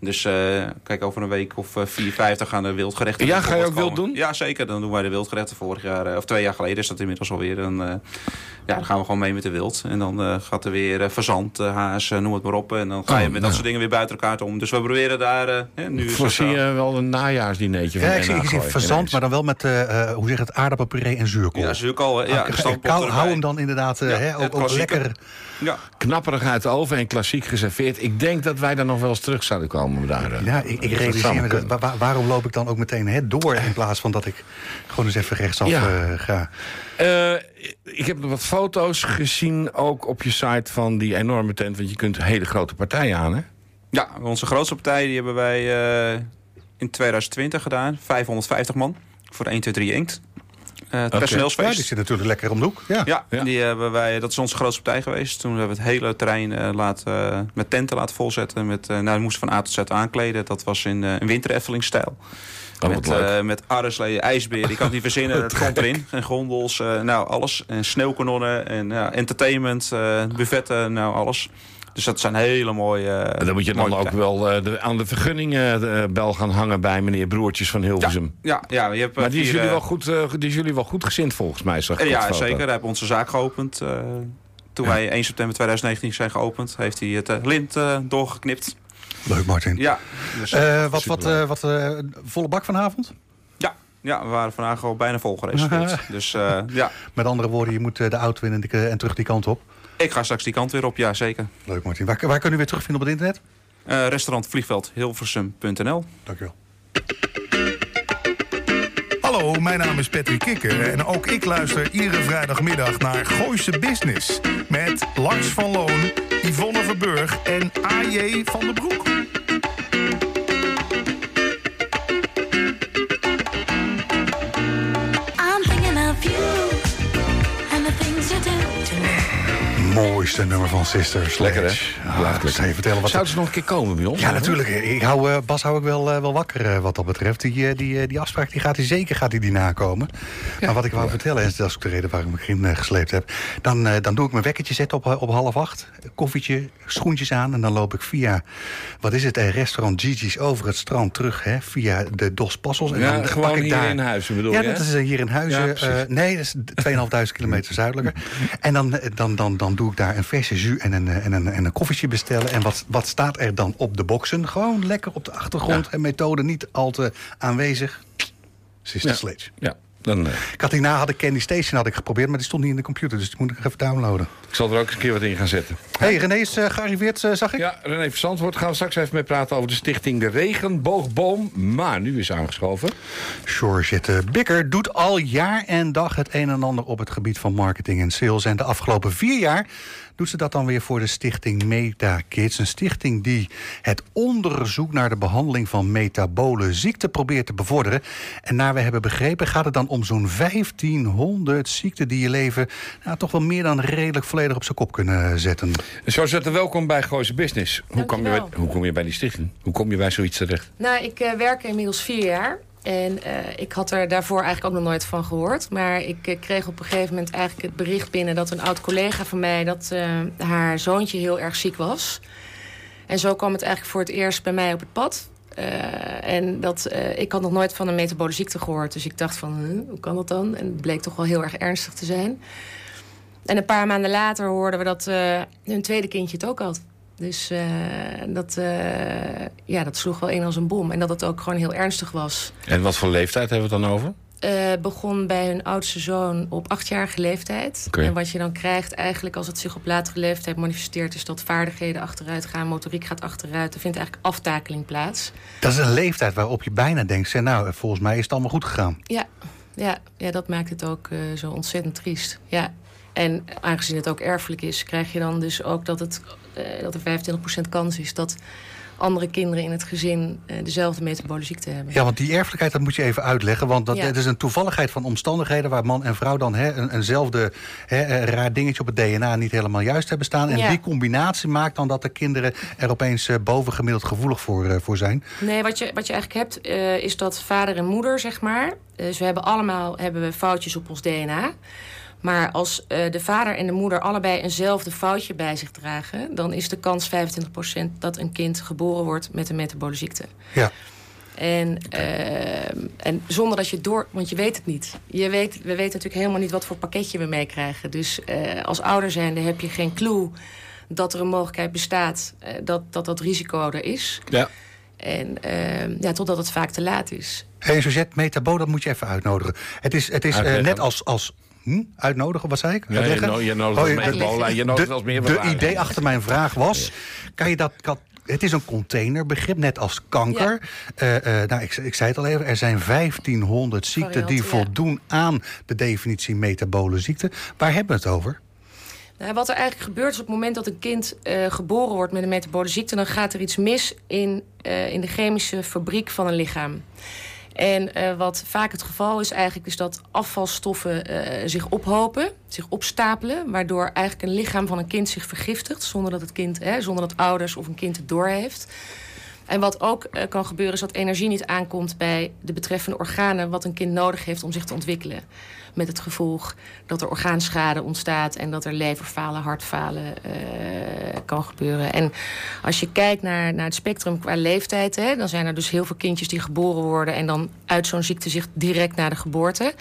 Dus uh, kijk, over een week of uh, vier, vijf dan gaan de wildgerechten. Ja, ga je ook komen. wild doen? Ja, zeker. Dan doen wij de wildgerechten. Vorig jaar, uh, of twee jaar geleden is dat inmiddels alweer. Dan, uh, ja, dan gaan we gewoon mee met de wild. En dan uh, gaat er weer uh, fazant, uh, haas, uh, noem het maar op. En dan ga je oh, met ja. dat soort dingen weer buiten elkaar om. Dus we proberen daar... Uh, hè, nu is Voorzie je uh, wel een najaarsdineetje van ja, ik zie, ik zie fazant, ineens. maar dan wel met, uh, hoe zeg het, aardappelpuree en zuurkool. Ja, zuurkool. Ja, ah, kou, hou hem dan inderdaad uh, ja, hè, ook, ook lekker... Ja. Knapperig uit de oven en klassiek geserveerd. Ik denk dat wij daar nog wel eens terug zouden komen. Daar, ja, ik, ik realiseer me dat. Waar, waarom loop ik dan ook meteen hè, door in plaats van dat ik gewoon eens even rechtsaf ja. uh, ga? Uh, ik heb nog wat foto's gezien, ook op je site van die enorme tent. Want je kunt hele grote partijen aan, hè? Ja, onze grootste partij die hebben wij uh, in twintig twintig gedaan. vijfhonderdvijftig man voor één, twee, drie Inkt. Uh, het okay. personeelsfeest. Ja, die zit natuurlijk lekker om de hoek. Ja, ja, ja. Die hebben wij, dat is onze grootste partij geweest. Toen hebben we het hele terrein uh, laten, uh, met tenten laten volzetten. Met, uh, nou, we moesten van A tot Z aankleden. Dat was in, uh, in winter-Efteling-stijl. Oh, met, uh, met arreslee, ijsberen, ik kan het niet verzinnen. Het komt erin. En gondels, uh, nou alles. En sneeuwkanonnen en ja, entertainment, uh, buffetten, nou alles. Dus dat zijn hele mooie... Uh, dan moet je dan ook wel uh, de, aan de vergunningenbel gaan hangen bij meneer Broertjes van Hilversum. Ja, ja, ja je hebt maar die is, vier, jullie wel goed, uh, die is jullie wel goed gezind volgens mij. Zag ik ja, zeker. Hij heeft onze zaak geopend. Uh, toen ja. wij één september tweeduizend negentien zijn geopend, heeft hij het uh, lint uh, doorgeknipt. Leuk, Martin. Ja. Dus, uh, wat wat, uh, wat uh, volle bak vanavond? Ja. Ja, we waren vandaag al bijna vol gereserveerd. Dus, uh, ja. Met andere woorden, je moet uh, de auto in en, de, en terug die kant op. Ik ga straks die kant weer op, ja zeker. Leuk, Martin. Waar, waar kunnen we weer terugvinden op het internet? Uh, restaurant Vliegveld Hilversum punt n l. Dank u wel. Hallo, mijn naam is Patrick Kikker en ook ik luister iedere vrijdagmiddag naar Gooise Business. Met Lars van Loon, Yvonne Verburg en A J van den Broek. I'm thinking of you and the things you do to me. Mooiste nummer van Sisters. Lekker, hè? Ah, lekker. Even vertellen wat Zouden ze nog een keer komen bij ons? Ja, natuurlijk. Ik hou, uh, Bas hou ik wel, uh, wel wakker uh, wat dat betreft. Die, uh, die, uh, die afspraak die gaat hij zeker gaat hij die nakomen. Ja. Maar wat ik wou ja. vertellen, en dat is ook de reden waarom ik hem uh, gesleept heb. Dan, uh, dan doe ik mijn wekkertje zetten op, op half acht. Koffietje, schoentjes aan. En dan loop ik via, wat is het, uh, restaurant Gigi's over het strand terug. Hè, via de Dos Passos. En ja, dan gewoon pak ik hier daar... in Huizen bedoel ja, je? Ja, dat is uh, hier in Huizen. Ja, uh, nee, dat is tweeënhalfduizend kilometer zuidelijker. En dan, dan, dan, dan doe ik daar een verse jus en een, en een, en een koffietje bestellen. En wat, wat staat er dan op de boxen? Gewoon lekker op de achtergrond. Ja. En methode niet al te aanwezig. Sister ja. Sledge. Ja. Dan, uh... Ik had hierna had ik Candy Station had ik geprobeerd, maar die stond niet in de computer. Dus die moet ik even downloaden. Ik zal er ook eens een keer wat in gaan zetten. Hey, René is uh, gearriveerd, uh, zag ik? Ja, René van Zandvoort. Gaan we straks even mee praten over de stichting De Regenboogboom. Maar nu is aangeschoven. Georgette Bikker doet al jaar en dag het een en ander op het gebied van marketing en sales. En de afgelopen vier jaar doet ze dat dan weer voor de stichting MetaKids. Een stichting die het onderzoek naar de behandeling van metabole ziekten probeert te bevorderen. En naar we hebben begrepen gaat het dan om zo'n vijftienhonderd ziekten die je leven nou, toch wel meer dan redelijk volledig op zijn kop kunnen zetten. Georgette, welkom bij Gooise Business. Hoe kom, je bij, hoe kom je bij die stichting? Hoe kom je bij zoiets terecht? Nou, ik uh, werk inmiddels vier jaar. En uh, ik had er daarvoor eigenlijk ook nog nooit van gehoord. Maar ik uh, kreeg op een gegeven moment eigenlijk het bericht binnen dat een oud collega van mij, dat uh, haar zoontje heel erg ziek was. En zo kwam het eigenlijk voor het eerst bij mij op het pad. Uh, en dat, uh, ik had nog nooit van een metabole ziekte gehoord. Dus ik dacht van, huh, hoe kan dat dan? En het bleek toch wel heel erg ernstig te zijn. En een paar maanden later hoorden we dat uh, hun tweede kindje het ook had. Dus uh, dat, uh, ja, dat sloeg wel in als een bom. En dat het ook gewoon heel ernstig was. En wat voor leeftijd hebben we het dan over? Uh, begon bij hun oudste zoon op achtjarige leeftijd. Okay. En wat je dan krijgt eigenlijk als het zich op latere leeftijd manifesteert, is dat vaardigheden achteruit gaan, motoriek gaat achteruit. Er vindt eigenlijk aftakeling plaats. Dat is een leeftijd waarop je bijna denkt, zeg, nou, volgens mij is het allemaal goed gegaan. Ja, ja, ja dat maakt het ook uh, zo ontzettend triest. Ja. En aangezien het ook erfelijk is, krijg je dan dus ook dat, het, uh, dat er vijfentwintig procent kans is dat andere kinderen in het gezin uh, dezelfde metabole ziekte hebben. Ja, want die erfelijkheid, dat moet je even uitleggen. Want dat, ja. het is een toevalligheid van omstandigheden waar man en vrouw dan hè, een, eenzelfde hè, raar dingetje op het D N A niet helemaal juist hebben staan. En ja. die combinatie maakt dan dat de kinderen er opeens uh, bovengemiddeld gevoelig voor, uh, voor zijn. Nee, wat je, wat je eigenlijk hebt, uh, is dat vader en moeder, zeg maar. Dus we hebben allemaal hebben we foutjes op ons D N A. Maar als uh, de vader en de moeder allebei eenzelfde foutje bij zich dragen, dan is de kans vijfentwintig procent dat een kind geboren wordt met een metabole ziekte. Ja. En, uh, en zonder dat je door... Want je weet het niet. Je weet, we weten natuurlijk helemaal niet wat voor pakketje we meekrijgen. Dus uh, als ouder zijnde heb je geen clue dat er een mogelijkheid bestaat uh, dat, dat dat risico er is. Ja. En uh, ja, totdat het vaak te laat is. Hey, Suzette, Metabo, dat moet je even uitnodigen. Het is, het is uh, net als... als Hm? Uitnodigen, wat zei ik? Ja, je, no, je nodigt oh, Metabola, je nodigt wel eens meer. De idee achter mijn vraag was, kan je dat... Kan, het is een containerbegrip, net als kanker. Ja. Uh, uh, nou, ik, ik zei het al even, er zijn vijftienhonderd ziekten Variant, die voldoen ja. aan de definitie metabole ziekte. Waar hebben we het over? Nou, wat er eigenlijk gebeurt is op het moment dat een kind uh, geboren wordt met een metabole ziekte, dan gaat er iets mis in, uh, in de chemische fabriek van een lichaam. En uh, wat vaak het geval is eigenlijk is dat afvalstoffen uh, zich ophopen, zich opstapelen, waardoor eigenlijk een lichaam van een kind zich vergiftigt, zonder dat het kind, hè, zonder dat ouders of een kind het doorheeft. En wat ook uh, kan gebeuren is dat energie niet aankomt bij de betreffende organen wat een kind nodig heeft om zich te ontwikkelen. Met het gevolg dat er orgaanschade ontstaat en dat er leverfalen, hartfalen uh, kan gebeuren. En als je kijkt naar, naar het spectrum qua leeftijd, hè, dan zijn er dus heel veel kindjes die geboren worden en dan uit zo'n ziekte zich direct na de geboorte.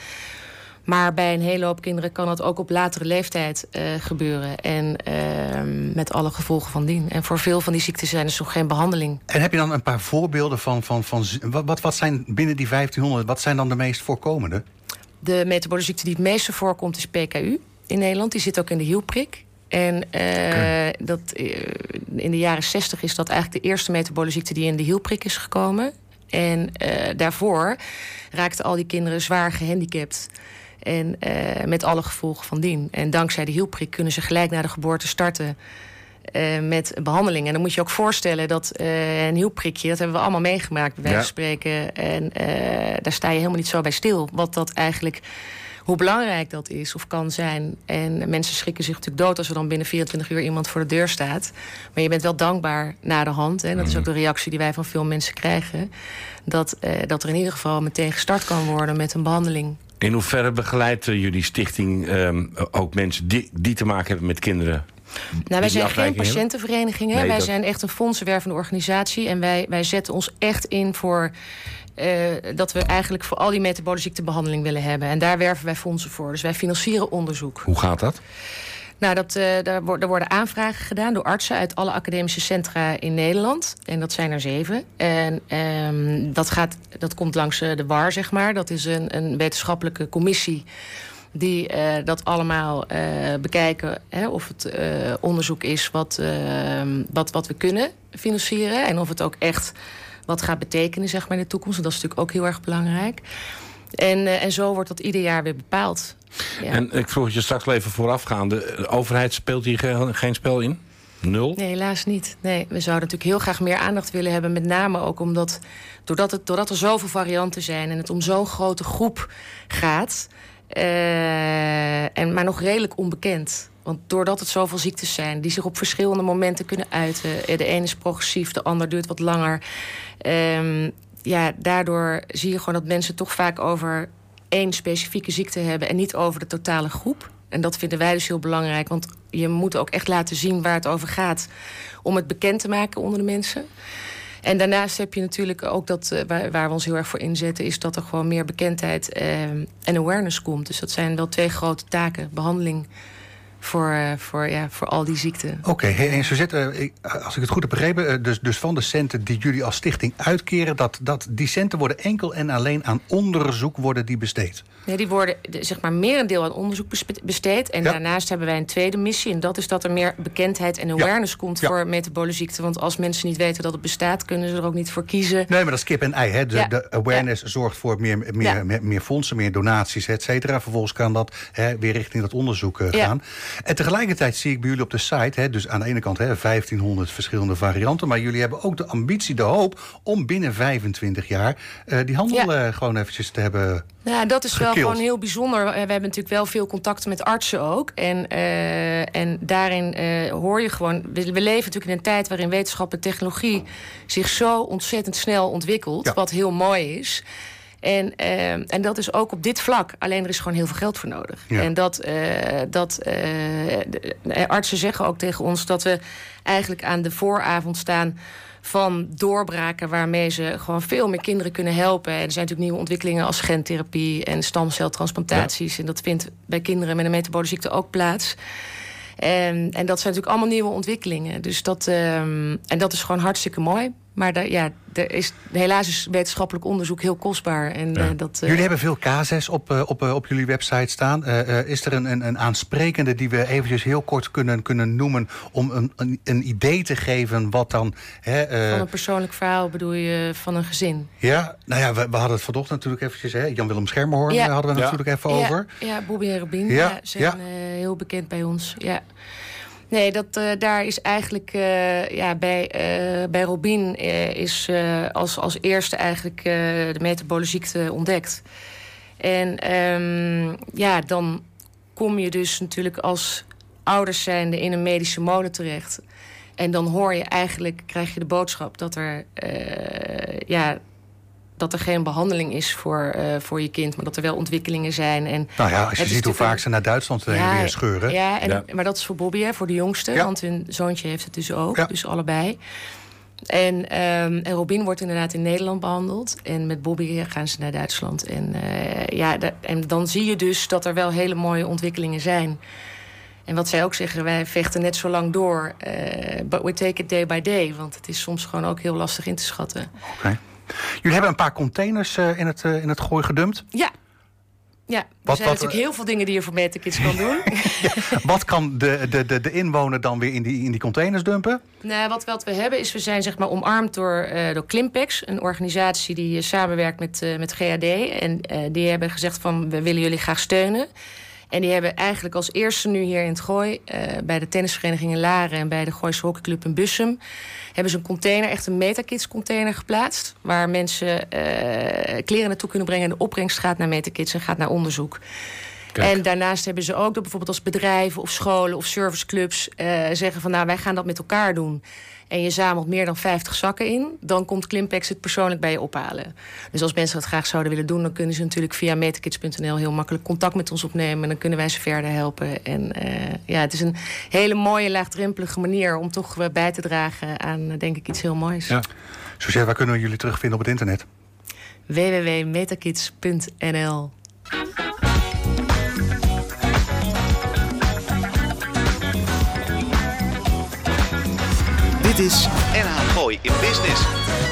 Maar bij een hele hoop kinderen kan dat ook op latere leeftijd uh, gebeuren. En uh, met alle gevolgen van dien. En voor veel van die ziekten zijn er nog geen behandeling. En heb je dan een paar voorbeelden van... van, van wat, wat zijn binnen die vijftienhonderd, wat zijn dan de meest voorkomende? De metabole ziekte die het meeste voorkomt is P K U in Nederland. Die zit ook in de hielprik. En uh, okay. dat, uh, in de jaren zestig is dat eigenlijk de eerste metabole ziekte die in de hielprik is gekomen. En uh, daarvoor raakten al die kinderen zwaar gehandicapt. En uh, met alle gevolgen van dien. En dankzij de hielprik kunnen ze gelijk na de geboorte starten uh, met behandeling. En dan moet je ook voorstellen dat uh, een hielprikje, dat hebben we allemaal meegemaakt bij wijze van spreken. En uh, daar sta je helemaal niet zo bij stil. Wat dat eigenlijk, hoe belangrijk dat is of kan zijn. En mensen schrikken zich natuurlijk dood als er dan binnen vierentwintig uur iemand voor de deur staat. Maar je bent wel dankbaar na de hand. En dat is ook de reactie die wij van veel mensen krijgen. Dat, uh, dat er in ieder geval meteen gestart kan worden met een behandeling. In hoeverre begeleidt jullie stichting um, ook mensen die, die te maken hebben met kinderen? Nou, wij zijn geen patiëntenvereniging. Nee, wij dat... zijn echt een fondsenwervende organisatie. En wij, wij zetten ons echt in voor uh, dat we eigenlijk voor al die metabole ziektebehandeling willen hebben. En daar werven wij fondsen voor. Dus wij financieren onderzoek. Hoe gaat dat? Nou, dat, uh, daar, wo- daar worden aanvragen gedaan door artsen uit alle academische centra in Nederland. En dat zijn er zeven. En um, dat, gaat, dat komt langs uh, de W A R, zeg maar. Dat is een, een wetenschappelijke commissie die uh, dat allemaal uh, bekijken. Hè, of het uh, onderzoek is wat, uh, wat, wat we kunnen financieren. En of het ook echt wat gaat betekenen, zeg maar, in de toekomst. En dat is natuurlijk ook heel erg belangrijk. En, uh, en zo wordt dat ieder jaar weer bepaald. Ja. En ik vroeg je straks even voorafgaande. De overheid speelt hier geen, geen spel in? Nul? Nee, helaas niet. Nee, we zouden natuurlijk heel graag meer aandacht willen hebben. Met name ook omdat, doordat, het, doordat er zoveel varianten zijn en het om zo'n grote groep gaat. Uh, en, maar nog redelijk onbekend. Want doordat het zoveel ziektes zijn die zich op verschillende momenten kunnen uiten. De ene is progressief, de ander duurt wat langer. Um, ja, daardoor zie je gewoon dat mensen toch vaak over één specifieke ziekte hebben en niet over de totale groep. En dat vinden wij dus heel belangrijk, want je moet ook echt laten zien waar het over gaat om het bekend te maken onder de mensen. En daarnaast heb je natuurlijk ook dat, uh, waar, waar we ons heel erg voor inzetten, is dat er gewoon meer bekendheid uh, en awareness komt. Dus dat zijn wel twee grote taken. Behandeling voor, uh, voor, ja, voor al die ziekten. Oké, okay, hey, en Suzette, uh, als ik het goed heb begrepen, uh, dus, dus van de centen die jullie als stichting uitkeren, dat, dat die centen worden enkel en alleen aan onderzoek worden die besteed? Nee, die worden zeg maar merendeel aan onderzoek besteed. En ja. daarnaast hebben wij een tweede missie. En dat is dat er meer bekendheid en awareness ja. komt ja. voor metabole ziekte. Want als mensen niet weten dat het bestaat, kunnen ze er ook niet voor kiezen. Nee, maar dat is kip en ei. Hè? De, ja. de awareness ja. zorgt voor meer, meer, ja. meer, meer fondsen, meer donaties, et cetera. Vervolgens kan dat hè, weer richting dat onderzoek uh, ja. gaan. En tegelijkertijd zie ik bij jullie op de site, hè, dus aan de ene kant hè, vijftienhonderd verschillende varianten. Maar jullie hebben ook de ambitie, de hoop om binnen vijfentwintig jaar uh, die handel ja. uh, gewoon eventjes te hebben. Ja, dat is wel gekild. Gewoon heel bijzonder. We hebben natuurlijk wel veel contacten met artsen ook. En, uh, en daarin uh, hoor je gewoon. We, we leven natuurlijk in een tijd waarin wetenschap en technologie zich zo ontzettend snel ontwikkelt. Ja. Wat heel mooi is. En, uh, en dat is ook op dit vlak. Alleen er is gewoon heel veel geld voor nodig. Ja. En dat, uh, dat uh, de, de artsen zeggen ook tegen ons dat we eigenlijk aan de vooravond staan van doorbraken waarmee ze gewoon veel meer kinderen kunnen helpen. En er zijn natuurlijk nieuwe ontwikkelingen als gentherapie en stamceltransplantaties. Ja. En dat vindt bij kinderen met een metabole ziekte ook plaats. En, en dat zijn natuurlijk allemaal nieuwe ontwikkelingen. Dus dat, um, en dat is gewoon hartstikke mooi. Maar daar, ja, er is, helaas is wetenschappelijk onderzoek heel kostbaar. En, ja. uh, dat, uh... Jullie hebben veel casus op, uh, op, uh, op jullie website staan. Uh, uh, is er een, een, een aansprekende die we eventjes heel kort kunnen, kunnen noemen om een, een, een idee te geven wat dan... Hè, uh... Van een persoonlijk verhaal bedoel je van een gezin? Ja, nou ja, we, we hadden het vanochtend natuurlijk eventjes... Hè, Jan-Willem Schermerhorn ja. hadden we ja. natuurlijk even ja. over. Ja, Bobby en Robin ja. Ja, zijn ja. Uh, heel bekend bij ons. Ja. Nee, dat, uh, daar is eigenlijk uh, ja, bij, uh, bij Robin uh, is uh, als, als eerste eigenlijk uh, de metabole ziekte ontdekt. En um, ja, dan kom je dus natuurlijk als ouders zijnde in een medische molen terecht. En dan hoor je eigenlijk, krijg je de boodschap dat er... Uh, ja, dat er geen behandeling is voor, uh, voor je kind, maar dat er wel ontwikkelingen zijn. En nou ja, als je ziet hoe vaak ze naar Duitsland ja, weer scheuren. Ja, en, ja, maar dat is voor Bobby, hè, voor de jongste. Ja. Want hun zoontje heeft het dus ook, ja. dus allebei. En, um, en Robin wordt inderdaad in Nederland behandeld. En met Bobby gaan ze naar Duitsland. En, uh, ja, de, en dan zie je dus dat er wel hele mooie ontwikkelingen zijn. En wat zij ook zeggen, wij vechten net zo lang door. Uh, but we take it day by day. Want het is soms gewoon ook heel lastig in te schatten. Oké. Okay. Jullie hebben een paar containers uh, in, het, uh, in het Gooi gedumpt. Ja. Ja, er wat, zijn wat, natuurlijk heel veel dingen die je voor Metakids kan doen. Ja, wat kan de, de, de, de inwoner dan weer in die, in die containers dumpen? Nou, wat, wat we hebben is, we zijn zeg maar omarmd door, uh, door Klimpex. Een organisatie die uh, samenwerkt met, uh, met G A D. En uh, die hebben gezegd van, we willen jullie graag steunen. En die hebben eigenlijk als eerste nu hier in het Gooi... Uh, bij de tennisvereniging in Laren en bij de Gooise hockeyclub in Bussum... hebben ze een container, echt een Metakids container geplaatst... waar mensen uh, kleren naartoe kunnen brengen... en de opbrengst gaat naar Metakids en gaat naar onderzoek. Kijk. En daarnaast hebben ze ook dat bijvoorbeeld als bedrijven of scholen of serviceclubs... Uh, zeggen van nou, wij gaan dat met elkaar doen... en je zamelt meer dan vijftig zakken in... dan komt Klimpex het persoonlijk bij je ophalen. Dus als mensen dat graag zouden willen doen... dan kunnen ze natuurlijk via metakids punt n l heel makkelijk contact met ons opnemen... en dan kunnen wij ze verder helpen. En uh, ja, het is een hele mooie, laagdrempelige manier... om toch uh, bij te dragen aan, uh, denk ik, iets heel moois. Ja. Suzette, waar kunnen we jullie terugvinden op het internet? w w w punt metakids punt n l. Dit is N H Gooi in Business.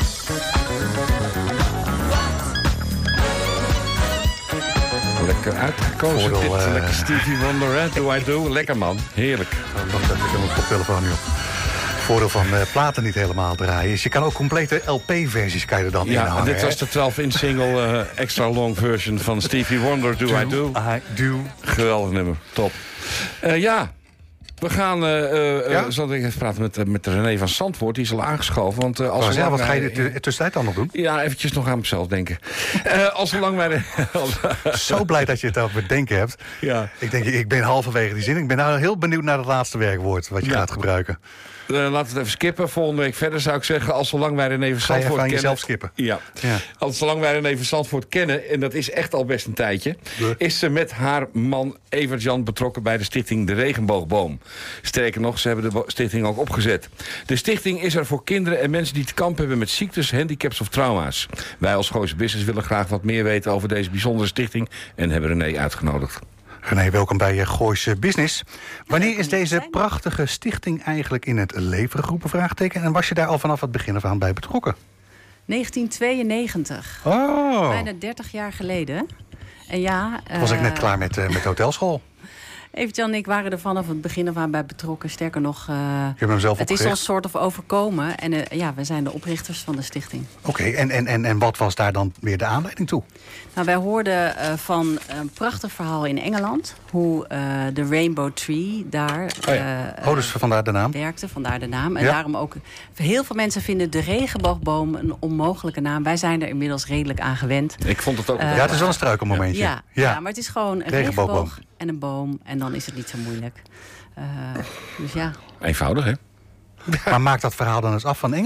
Lekker uitgekozen. Voordeel, dit, uh... Lekker Stevie Wonder, hè? Do I Do. Lekker man. Heerlijk. Oh, wacht even, ik heb mijn koptelefoon nu op. Voordeel van uh, platen niet helemaal draaien is... je kan ook complete L P-versies kan je er dan ja, in hangen. Dit was de twaalf-inch single uh, extra long version van Stevie Wonder, Do, do I Do. I do. Geweldig nummer. Top. Uh, ja... We gaan, uh, uh, ja? zal ik even praten met, uh, met René van Zandvoort. Die is al aangeschoven. Want, uh, als oh, ja, wat ga je de tussentijd dan nog doen? Ja, eventjes nog aan mezelf denken. uh, als zolang wij de, Zo blij dat je het over denken hebt. Ja. Ik denk, ik ben halverwege die zin. Ik ben nou heel benieuwd naar het laatste werkwoord wat je ja. gaat gebruiken. Uh, laten we het even skippen. Volgende week verder zou ik zeggen... als zolang wij René van Zandvoort kennen... jezelf skippen. Ja. ja. Als zolang wij René van Zandvoort kennen... en dat is echt al best een tijdje... De. is ze met haar man Evert-Jan betrokken... bij de stichting De Regenboogboom. Sterker nog, ze hebben de stichting ook opgezet. De stichting is er voor kinderen en mensen die te kampen hebben... met ziektes, handicaps of trauma's. Wij als Gooise Business willen graag wat meer weten... over deze bijzondere stichting... en hebben René uitgenodigd. René, welkom bij je Gooise Business. Wanneer is deze prachtige stichting eigenlijk in het leven geroepen? Vraagteken. En was je daar al vanaf het begin af aan bij betrokken? negentien tweeënnegentig. Oh. Bijna dertig jaar geleden. En ja, uh, was ik net klaar met, uh, met de hotelschool. Evert-Jan en ik waren er vanaf het begin af aan bij betrokken. Sterker nog, uh, je hebt hem zelf het opgericht. is ons soort of overkomen. En uh, ja, we zijn de oprichters van de stichting. Oké, okay, en, en, en, en wat was daar dan weer de aanleiding toe? Nou, wij hoorden uh, van een prachtig verhaal in Engeland. Hoe uh, de Rainbow Tree daar oh ja. uh, oh, dus vandaar de naam. werkte. Vandaar de naam. En ja. daarom ook, heel veel mensen vinden de regenboogboom een onmogelijke naam. Wij zijn er inmiddels redelijk aan gewend. Ik vond het ook... Uh, ja, het is wel een struikelmomentje. Ja, ja. ja, maar het is gewoon een regenboogboom. regenboog en een boom. En dan is het niet zo moeilijk. Uh, dus ja. Eenvoudig, hè? Maar maakt dat verhaal dan eens af van Engeland?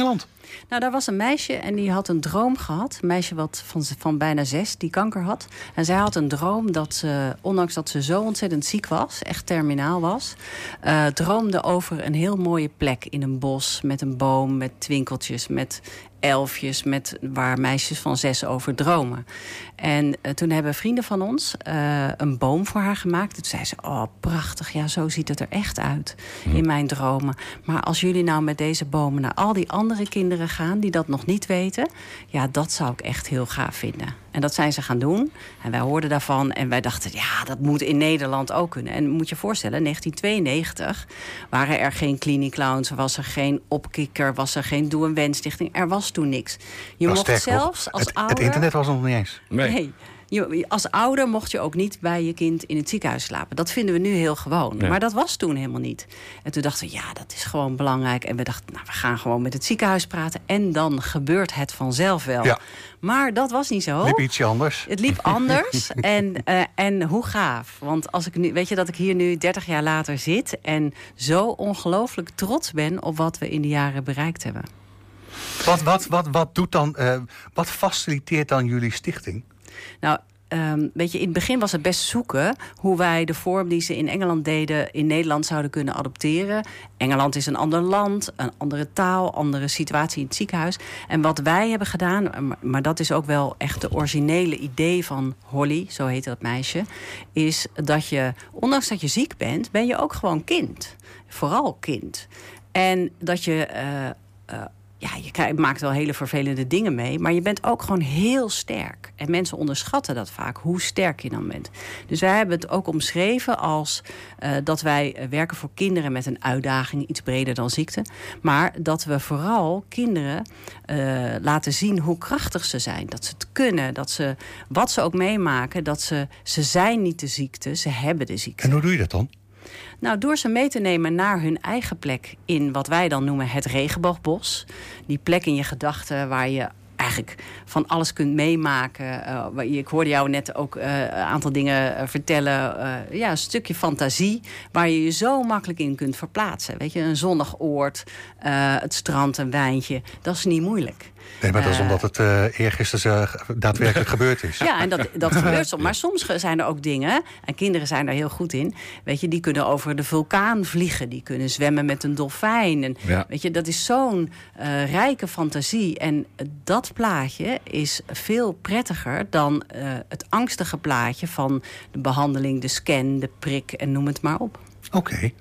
Nou, daar was een meisje en die had een droom gehad. Een meisje wat van, van bijna zes, die kanker had. En zij had een droom dat ze, ondanks dat ze zo ontzettend ziek was... echt terminaal was... Uh, droomde over een heel mooie plek in een bos... met een boom, met twinkeltjes, met elfjes... Met, waar meisjes van zes over dromen. En uh, toen hebben vrienden van ons uh, een boom voor haar gemaakt. Toen zei ze, oh, prachtig, ja, zo ziet het er echt uit hm. in mijn dromen. Maar als jullie nou met deze bomen naar al die andere kinderen gaan... die dat nog niet weten, ja, dat zou ik echt heel gaaf vinden. En dat zijn ze gaan doen. En wij hoorden daarvan en wij dachten, ja, dat moet in Nederland ook kunnen. En moet je voorstellen, negentien tweeënnegentig waren er geen Cliniclowns... was er geen Opkikker, was er geen Doe een Wensstichting. Er was toen niks. Je mocht sterk, zelfs als het, ouder... Het internet was nog niet eens. Nee. nee. Je, als ouder mocht je ook niet bij je kind in het ziekenhuis slapen. Dat vinden we nu heel gewoon. Ja. Maar dat was toen helemaal niet. En toen dachten we, ja, dat is gewoon belangrijk. En we dachten, nou, we gaan gewoon met het ziekenhuis praten. En dan gebeurt het vanzelf wel. Ja. Maar dat was niet zo. Het liep ietsje anders. Het liep anders. en, uh, en hoe gaaf. Want als ik nu, weet je dat ik hier nu dertig jaar later zit... en zo ongelooflijk trots ben op wat we in die jaren bereikt hebben. Wat, wat, wat, wat, doet dan, uh, wat faciliteert dan jullie stichting? Nou, um, weet je, in het begin was het best zoeken... hoe wij de vorm die ze in Engeland deden... in Nederland zouden kunnen adopteren. Engeland is een ander land, een andere taal... andere situatie in het ziekenhuis. En wat wij hebben gedaan, maar dat is ook wel echt de originele idee van Holly... zo heette dat meisje, is dat je, ondanks dat je ziek bent... ben je ook gewoon kind. Vooral kind. En dat je... Uh, uh, Ja, je krijgt, maakt wel hele vervelende dingen mee... maar je bent ook gewoon heel sterk. En mensen onderschatten dat vaak, hoe sterk je dan bent. Dus wij hebben het ook omschreven als uh, dat wij werken voor kinderen... met een uitdaging, iets breder dan ziekte. Maar dat we vooral kinderen uh, laten zien hoe krachtig ze zijn. Dat ze het kunnen, dat ze, wat ze ook meemaken... dat ze, ze zijn niet de ziekte, ze hebben de ziekte. En hoe doe je dat dan? Nou, door ze mee te nemen naar hun eigen plek in wat wij dan noemen het regenboogbos. Die plek in je gedachten waar je eigenlijk van alles kunt meemaken. Uh, ik hoorde jou net ook uh, een aantal dingen uh, vertellen. Uh, ja, een stukje fantasie waar je je zo makkelijk in kunt verplaatsen. Weet je, een zonnig oord, uh, het strand, een wijntje. Dat is niet moeilijk. Nee, maar dat is uh, omdat het uh, eergisteren uh, daadwerkelijk gebeurd is. Ja, en dat, dat gebeurt soms. Maar soms zijn er ook dingen, en kinderen zijn daar heel goed in... weet je, die kunnen over de vulkaan vliegen. Die kunnen zwemmen met een dolfijn. En, ja. Weet je, dat is zo'n uh, rijke fantasie. En dat plaatje is veel prettiger dan uh, het angstige plaatje... van de behandeling, de scan, de prik en noem het maar op. Oké. Okay.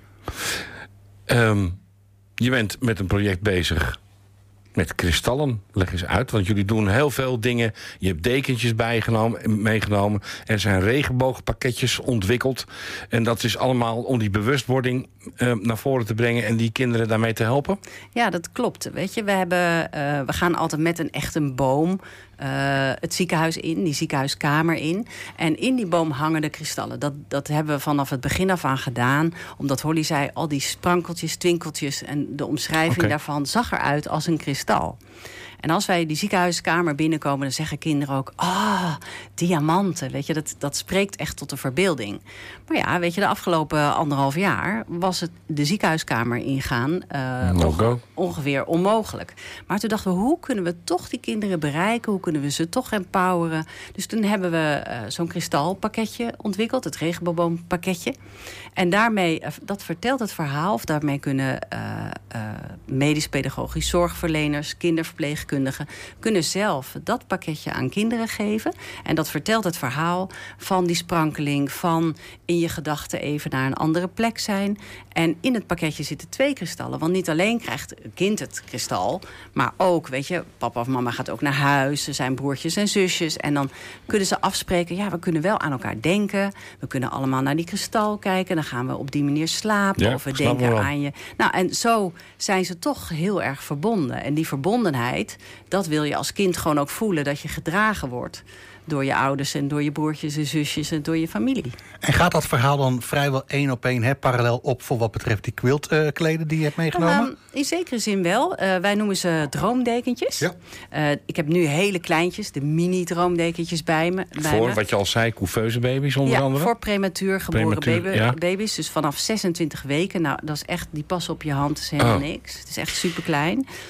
Um, je bent met een project bezig... met kristallen, leg eens uit. Want jullie doen heel veel dingen. Je hebt dekentjes bijgenomen, meegenomen. Er zijn regenboogpakketjes ontwikkeld. En dat is allemaal om die bewustwording uh, naar voren te brengen... en die kinderen daarmee te helpen? Ja, dat klopt. Weet je, we, hebben, uh, we gaan altijd met een echte boom... Uh, het ziekenhuis in, die ziekenhuiskamer in. En in die boom hangen de kristallen. Dat, dat hebben we vanaf het begin af aan gedaan. Omdat Holly zei, al die sprankeltjes, twinkeltjes... en de omschrijving okay. daarvan zag eruit als een kristal. En als wij die ziekenhuiskamer binnenkomen... dan zeggen kinderen ook, ah, oh, diamanten. Weet je, dat, dat spreekt echt tot de verbeelding. Maar ja, weet je, de afgelopen anderhalf jaar... was het de ziekenhuiskamer ingaan uh, onge- ongeveer onmogelijk. Maar toen dachten we, hoe kunnen we toch die kinderen bereiken? Hoe kunnen we ze toch empoweren? Dus toen hebben we uh, zo'n kristalpakketje ontwikkeld. Het regenboompakketje. En daarmee, uh, dat vertelt het verhaal... of daarmee kunnen uh, uh, medisch-pedagogisch zorgverleners... kinderverpleegkundigen kunnen zelf dat pakketje aan kinderen geven. En dat vertelt het verhaal van die sprankeling... van in je gedachten even naar een andere plek zijn. En in het pakketje zitten twee kristallen. Want niet alleen krijgt het kind het kristal... maar ook, weet je, papa of mama gaat ook naar huis. Er zijn broertjes en zusjes. En dan kunnen ze afspreken... ja, we kunnen wel aan elkaar denken. We kunnen allemaal naar die kristal kijken. Dan gaan we op die manier slapen. Ja, of we denken aan je. Nou, en zo zijn ze toch heel erg verbonden. En die verbondenheid... dat wil je als kind gewoon ook voelen, dat je gedragen wordt door je ouders en door je broertjes en zusjes en door je familie. En gaat dat verhaal dan vrijwel één op één hè, parallel op voor wat betreft die quiltkleden uh, die je hebt meegenomen? Uh, in zekere zin wel. Uh, wij noemen ze droomdekentjes. Ja. Uh, ik heb nu hele kleintjes, de mini-droomdekentjes bij me. Bij voor, me. wat je al zei, couveuse baby's onder ja, andere? voor prematuur geboren prematuur, baby, ja. baby's. Dus vanaf zesentwintig weken. Nou, dat is echt, die passen op je hand, is helemaal oh. niks. Het is echt super klein.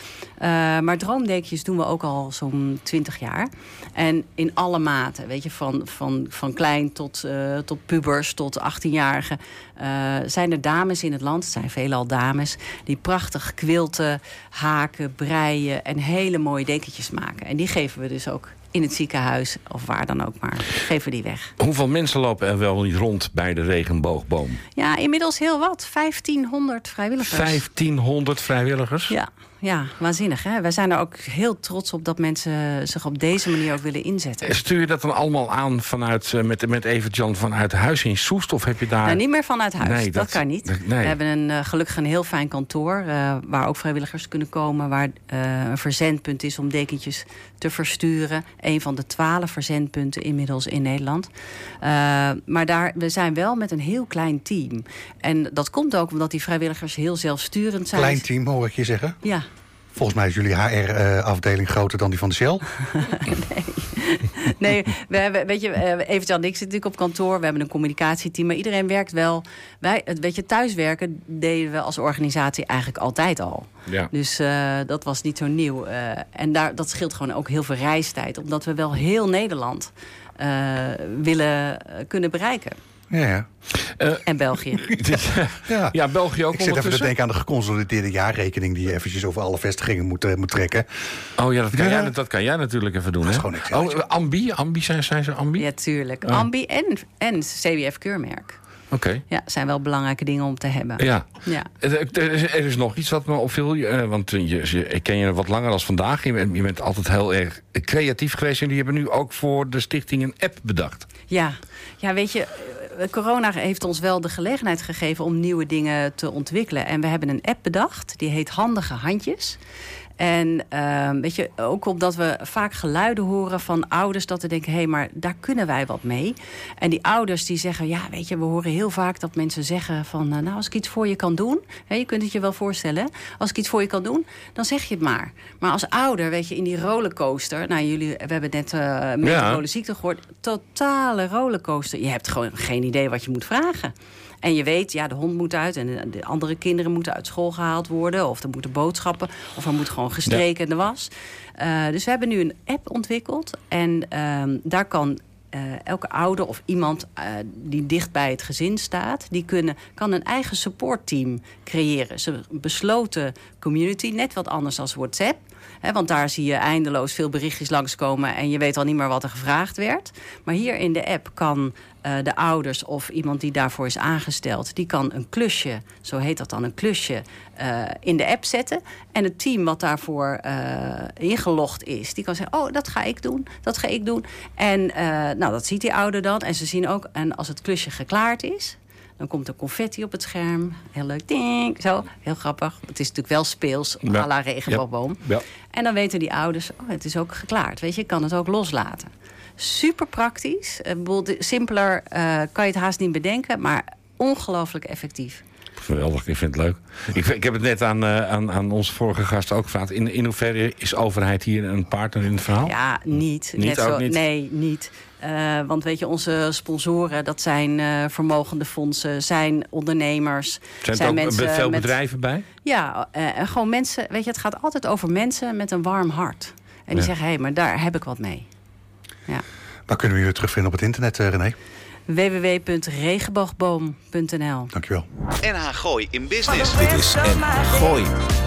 maar droomdekentjes doen we ook al zo'n twintig jaar. En in alle maten, weet je, van, van, van klein tot, uh, tot pubers, tot achttienjarigen... Uh, zijn er dames in het land, het zijn veelal dames... die prachtig quilten, haken, breien en hele mooie dekentjes maken. En die geven we dus ook in het ziekenhuis, of waar dan ook maar, geven we die weg. Hoeveel mensen lopen er wel niet rond bij de regenboogboom? Ja, inmiddels heel wat. vijftienhonderd vrijwilligers. vijftienhonderd vrijwilligers? Ja. Ja, waanzinnig. Hè? Wij zijn er ook heel trots op dat mensen zich op deze manier ook willen inzetten. Stuur je dat dan allemaal aan vanuit, met, met Evert-Jan vanuit huis in Soest? Of heb je daar... Nou, niet meer vanuit huis, nee, dat, dat kan niet. Nee. We hebben een, uh, gelukkig een heel fijn kantoor... Uh, waar ook vrijwilligers kunnen komen... waar uh, een verzendpunt is om dekentjes te versturen. Een van de twaalf verzendpunten inmiddels in Nederland. Uh, maar daar, we zijn wel met een heel klein team. En dat komt ook omdat die vrijwilligers heel zelfsturend zijn. Klein team, hoor ik je zeggen? Ja. Volgens mij is jullie H R-afdeling uh, groter dan die van de Shell. nee, nee we hebben, weet je, Evert-Jan en ik zitten natuurlijk op kantoor. We hebben een communicatieteam, maar iedereen werkt wel. Wij, weet je, thuiswerken deden we als organisatie eigenlijk altijd al. Ja. Dus uh, dat was niet zo nieuw. Uh, en daar, dat scheelt gewoon ook heel veel reistijd. Omdat we wel heel Nederland uh, willen uh, kunnen bereiken. Ja, ja. Uh, en België. ja. ja, België ook. Ik zit even te denken aan de geconsolideerde jaarrekening... die je eventjes over alle vestigingen moet, uh, moet trekken. Oh ja, dat kan, ja. Jij, dat kan jij natuurlijk even doen. Dat is hè? gewoon niks. Oh, Ambi? Ambi zijn, zijn ze Ambi? Ja, tuurlijk. Oh. Ambi en, en C W F-keurmerk. Oké. Okay. Ja, zijn wel belangrijke dingen om te hebben. Ja. ja. Er, is, er is nog iets wat me opviel. Uh, want je, je, ik ken je wat langer dan vandaag. Je bent, je bent altijd heel erg creatief geweest. En die hebben nu ook voor de stichting een app bedacht. Ja, ja weet je... Corona heeft ons wel de gelegenheid gegeven om nieuwe dingen te ontwikkelen. En we hebben een app bedacht, die heet Handige Handjes. En uh, weet je, ook omdat we vaak geluiden horen van ouders... dat we denken, hé, hey, maar daar kunnen wij wat mee. En die ouders die zeggen, ja, weet je... we horen heel vaak dat mensen zeggen van... nou, als ik iets voor je kan doen... Hè, je kunt het je wel voorstellen... als ik iets voor je kan doen, dan zeg je het maar. Maar als ouder, weet je, in die rollercoaster... nou, jullie, we hebben net uh, metabole ziekte gehoord... totale rollercoaster. Je hebt gewoon geen idee wat je moet vragen. En je weet, ja, de hond moet uit en de andere kinderen moeten uit school gehaald worden. Of er moeten boodschappen, of er moet gewoon gestreken in de was. Uh, dus we hebben nu een app ontwikkeld. En uh, daar kan uh, elke ouder of iemand uh, die dicht bij het gezin staat... die kunnen, kan een eigen supportteam creëren. Ze een besloten community, net wat anders dan WhatsApp. He, want daar zie je eindeloos veel berichtjes langskomen... en je weet al niet meer wat er gevraagd werd. Maar hier in de app kan uh, de ouders of iemand die daarvoor is aangesteld... die kan een klusje, zo heet dat dan, een klusje uh, in de app zetten. En het team wat daarvoor uh, ingelogd is... die kan zeggen, oh, dat ga ik doen, dat ga ik doen. En uh, nou, dat ziet die ouder dan. En ze zien ook, en als het klusje geklaard is... dan komt er confetti op het scherm. Heel leuk. Ding, zo, heel grappig. Het is natuurlijk wel speels, ja. à la regenboogboom. Ja. Ja. En dan weten die ouders, oh, het is ook geklaard. Weet je, je kan het ook loslaten. Super praktisch. Simpeler uh, kan je het haast niet bedenken, maar ongelooflijk effectief. Geweldig, ik vind het leuk. Ik, ik heb het net aan, uh, aan, aan onze vorige gast ook gevraagd. In, in hoeverre is overheid hier een partner in het verhaal? Ja, niet. Niet net ook zo, niet? Nee, niet. Uh, want weet je, onze sponsoren, dat zijn uh, vermogende fondsen, zijn ondernemers. Zijn zijn er ook mensen veel met, bedrijven bij? Ja, uh, en gewoon mensen, weet je, het gaat altijd over mensen met een warm hart. En die ja. zeggen, hé, hey, maar daar heb ik wat mee. Ja. Waar kunnen we jullie terugvinden op het internet, uh, René? w w w punt regenboogboom punt n l. Dankjewel. N H Gooi in Business. Dit is N H Gooi.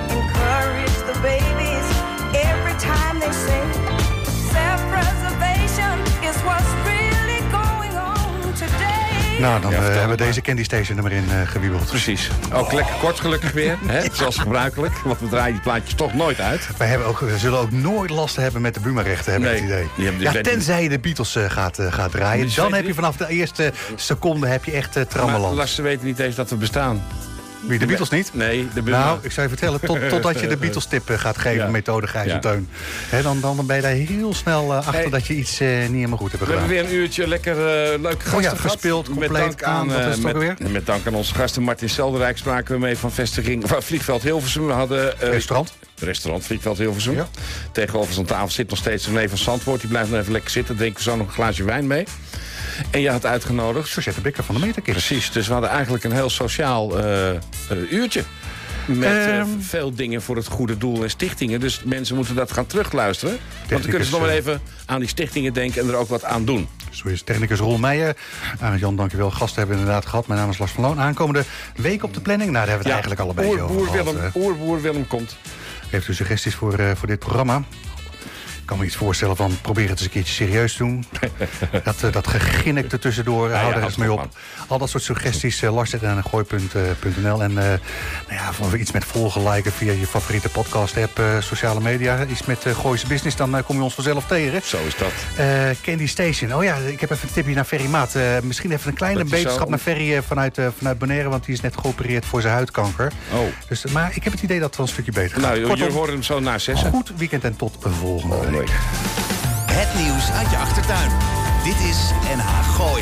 Nou, dan ja, uh, hebben we deze Candy Station er maar in uh, gewiebeld. Precies. Ook lekker kort gelukkig weer, hè? Zoals gebruikelijk. Want we draaien die plaatjes toch nooit uit. Wij hebben ook, we zullen ook nooit last hebben met de Buma-rechten, heb ik nee, het idee. Die hebben ja, de tenzij je de Beatles uh, gaat, uh, gaat draaien. Dan heb je vanaf de eerste seconde heb je echt uh, trammeland. Maar ze weten niet eens dat we bestaan. Wie, de Beatles niet? Nee, de Buma. Nou, ik zou je vertellen, tot, totdat je de Beatles-tip uh, gaat geven, ja. methode Gijs en ja. Teun. He, dan, dan ben je daar heel snel uh, achter hey. dat je iets uh, niet helemaal goed hebt gedaan. We hebben weer een uurtje lekker uh, leuke gasten oh ja, gespeeld, compleet met dank aan, aan, uh, met, weer? met dank aan onze gasten. Martin Selderijk spraken we mee van vestiging, van Vliegveld Hilversum. We hadden uh, restaurant. Restaurant Vliegveld Hilversum. Ja. Tegenover ons aan tafel zit nog steeds René van Zandvoort. Die blijft nog even lekker zitten. Drinken we zo nog een glaasje wijn mee. En je had uitgenodigd. Suzette Bikker van de Meterkist. Precies, dus we hadden eigenlijk een heel sociaal uh, uh, uurtje. met uh, Um, veel dingen voor het goede doel en stichtingen. Dus mensen moeten dat gaan terugluisteren. Want dan kunnen ze nog wel even aan die stichtingen denken en er ook wat aan doen. Zo is technicus Roel Meijer. Uh, Jan, dankjewel. Gasten hebben we inderdaad gehad. Mijn naam is Lars van Loon. Aankomende week op de planning. Nou, daar hebben we het ja, eigenlijk allebei oer, over boer gehad. Willem, Oerboer Willem komt. Heeft u suggesties voor, uh, voor dit programma? Ik kan me iets voorstellen van probeer het eens een keertje serieus te doen. dat, uh, dat geginnik er tussendoor, ja, hou ja, er eens mee op. Man. Al dat soort suggesties, uh, lars aan gooi punt n l. En uh, nou ja, of iets met volgen, liken via je favoriete podcast-app, uh, sociale media. Iets met uh, Gooise Business, dan uh, kom je ons vanzelf tegen. Zo is dat. Uh, Candy Station. Oh ja, ik heb even een tipje naar Ferry Maat. Uh, misschien even een kleine wetenschap zo... naar Ferry uh, vanuit, uh, vanuit Bonaire, want die is net geopereerd voor zijn huidkanker. Oh. Dus, maar ik heb het idee dat het wel een stukje beter gaat. Nou, Kortom, je hoort hem zo na zessen. Goed weekend en tot een volgende week. Leuk. Het nieuws uit je achtertuin. Dit is N H Gooi.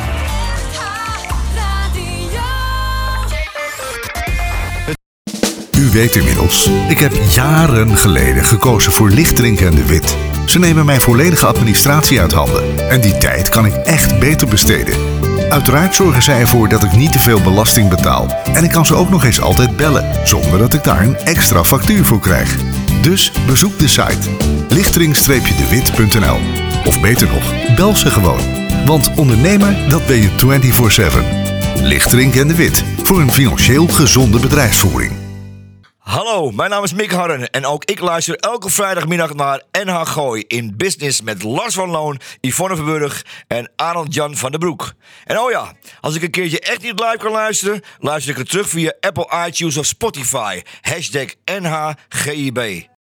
U weet inmiddels, ik heb jaren geleden gekozen voor Lichtdrink en de Wit. Ze nemen mijn volledige administratie uit handen. En die tijd kan ik echt beter besteden. Uiteraard zorgen zij ervoor dat ik niet te veel belasting betaal. En ik kan ze ook nog eens altijd bellen, zonder dat ik daar een extra factuur voor krijg. Dus bezoek de site lichtdrink de wit punt n l. Of beter nog, bel ze gewoon. Want ondernemer, dat ben je vierentwintig zeven. Lichtdrink en de Wit, voor een financieel gezonde bedrijfsvoering. Hallo, mijn naam is Mick Harren en ook ik luister elke vrijdagmiddag naar N H Gooi in Business met Lars van Loon, Yvonne Verburg en Arnold Jan van der Broek. En oh ja, als ik een keertje echt niet live kan luisteren, luister ik het terug via Apple iTunes of Spotify. Hashtag N H G I B.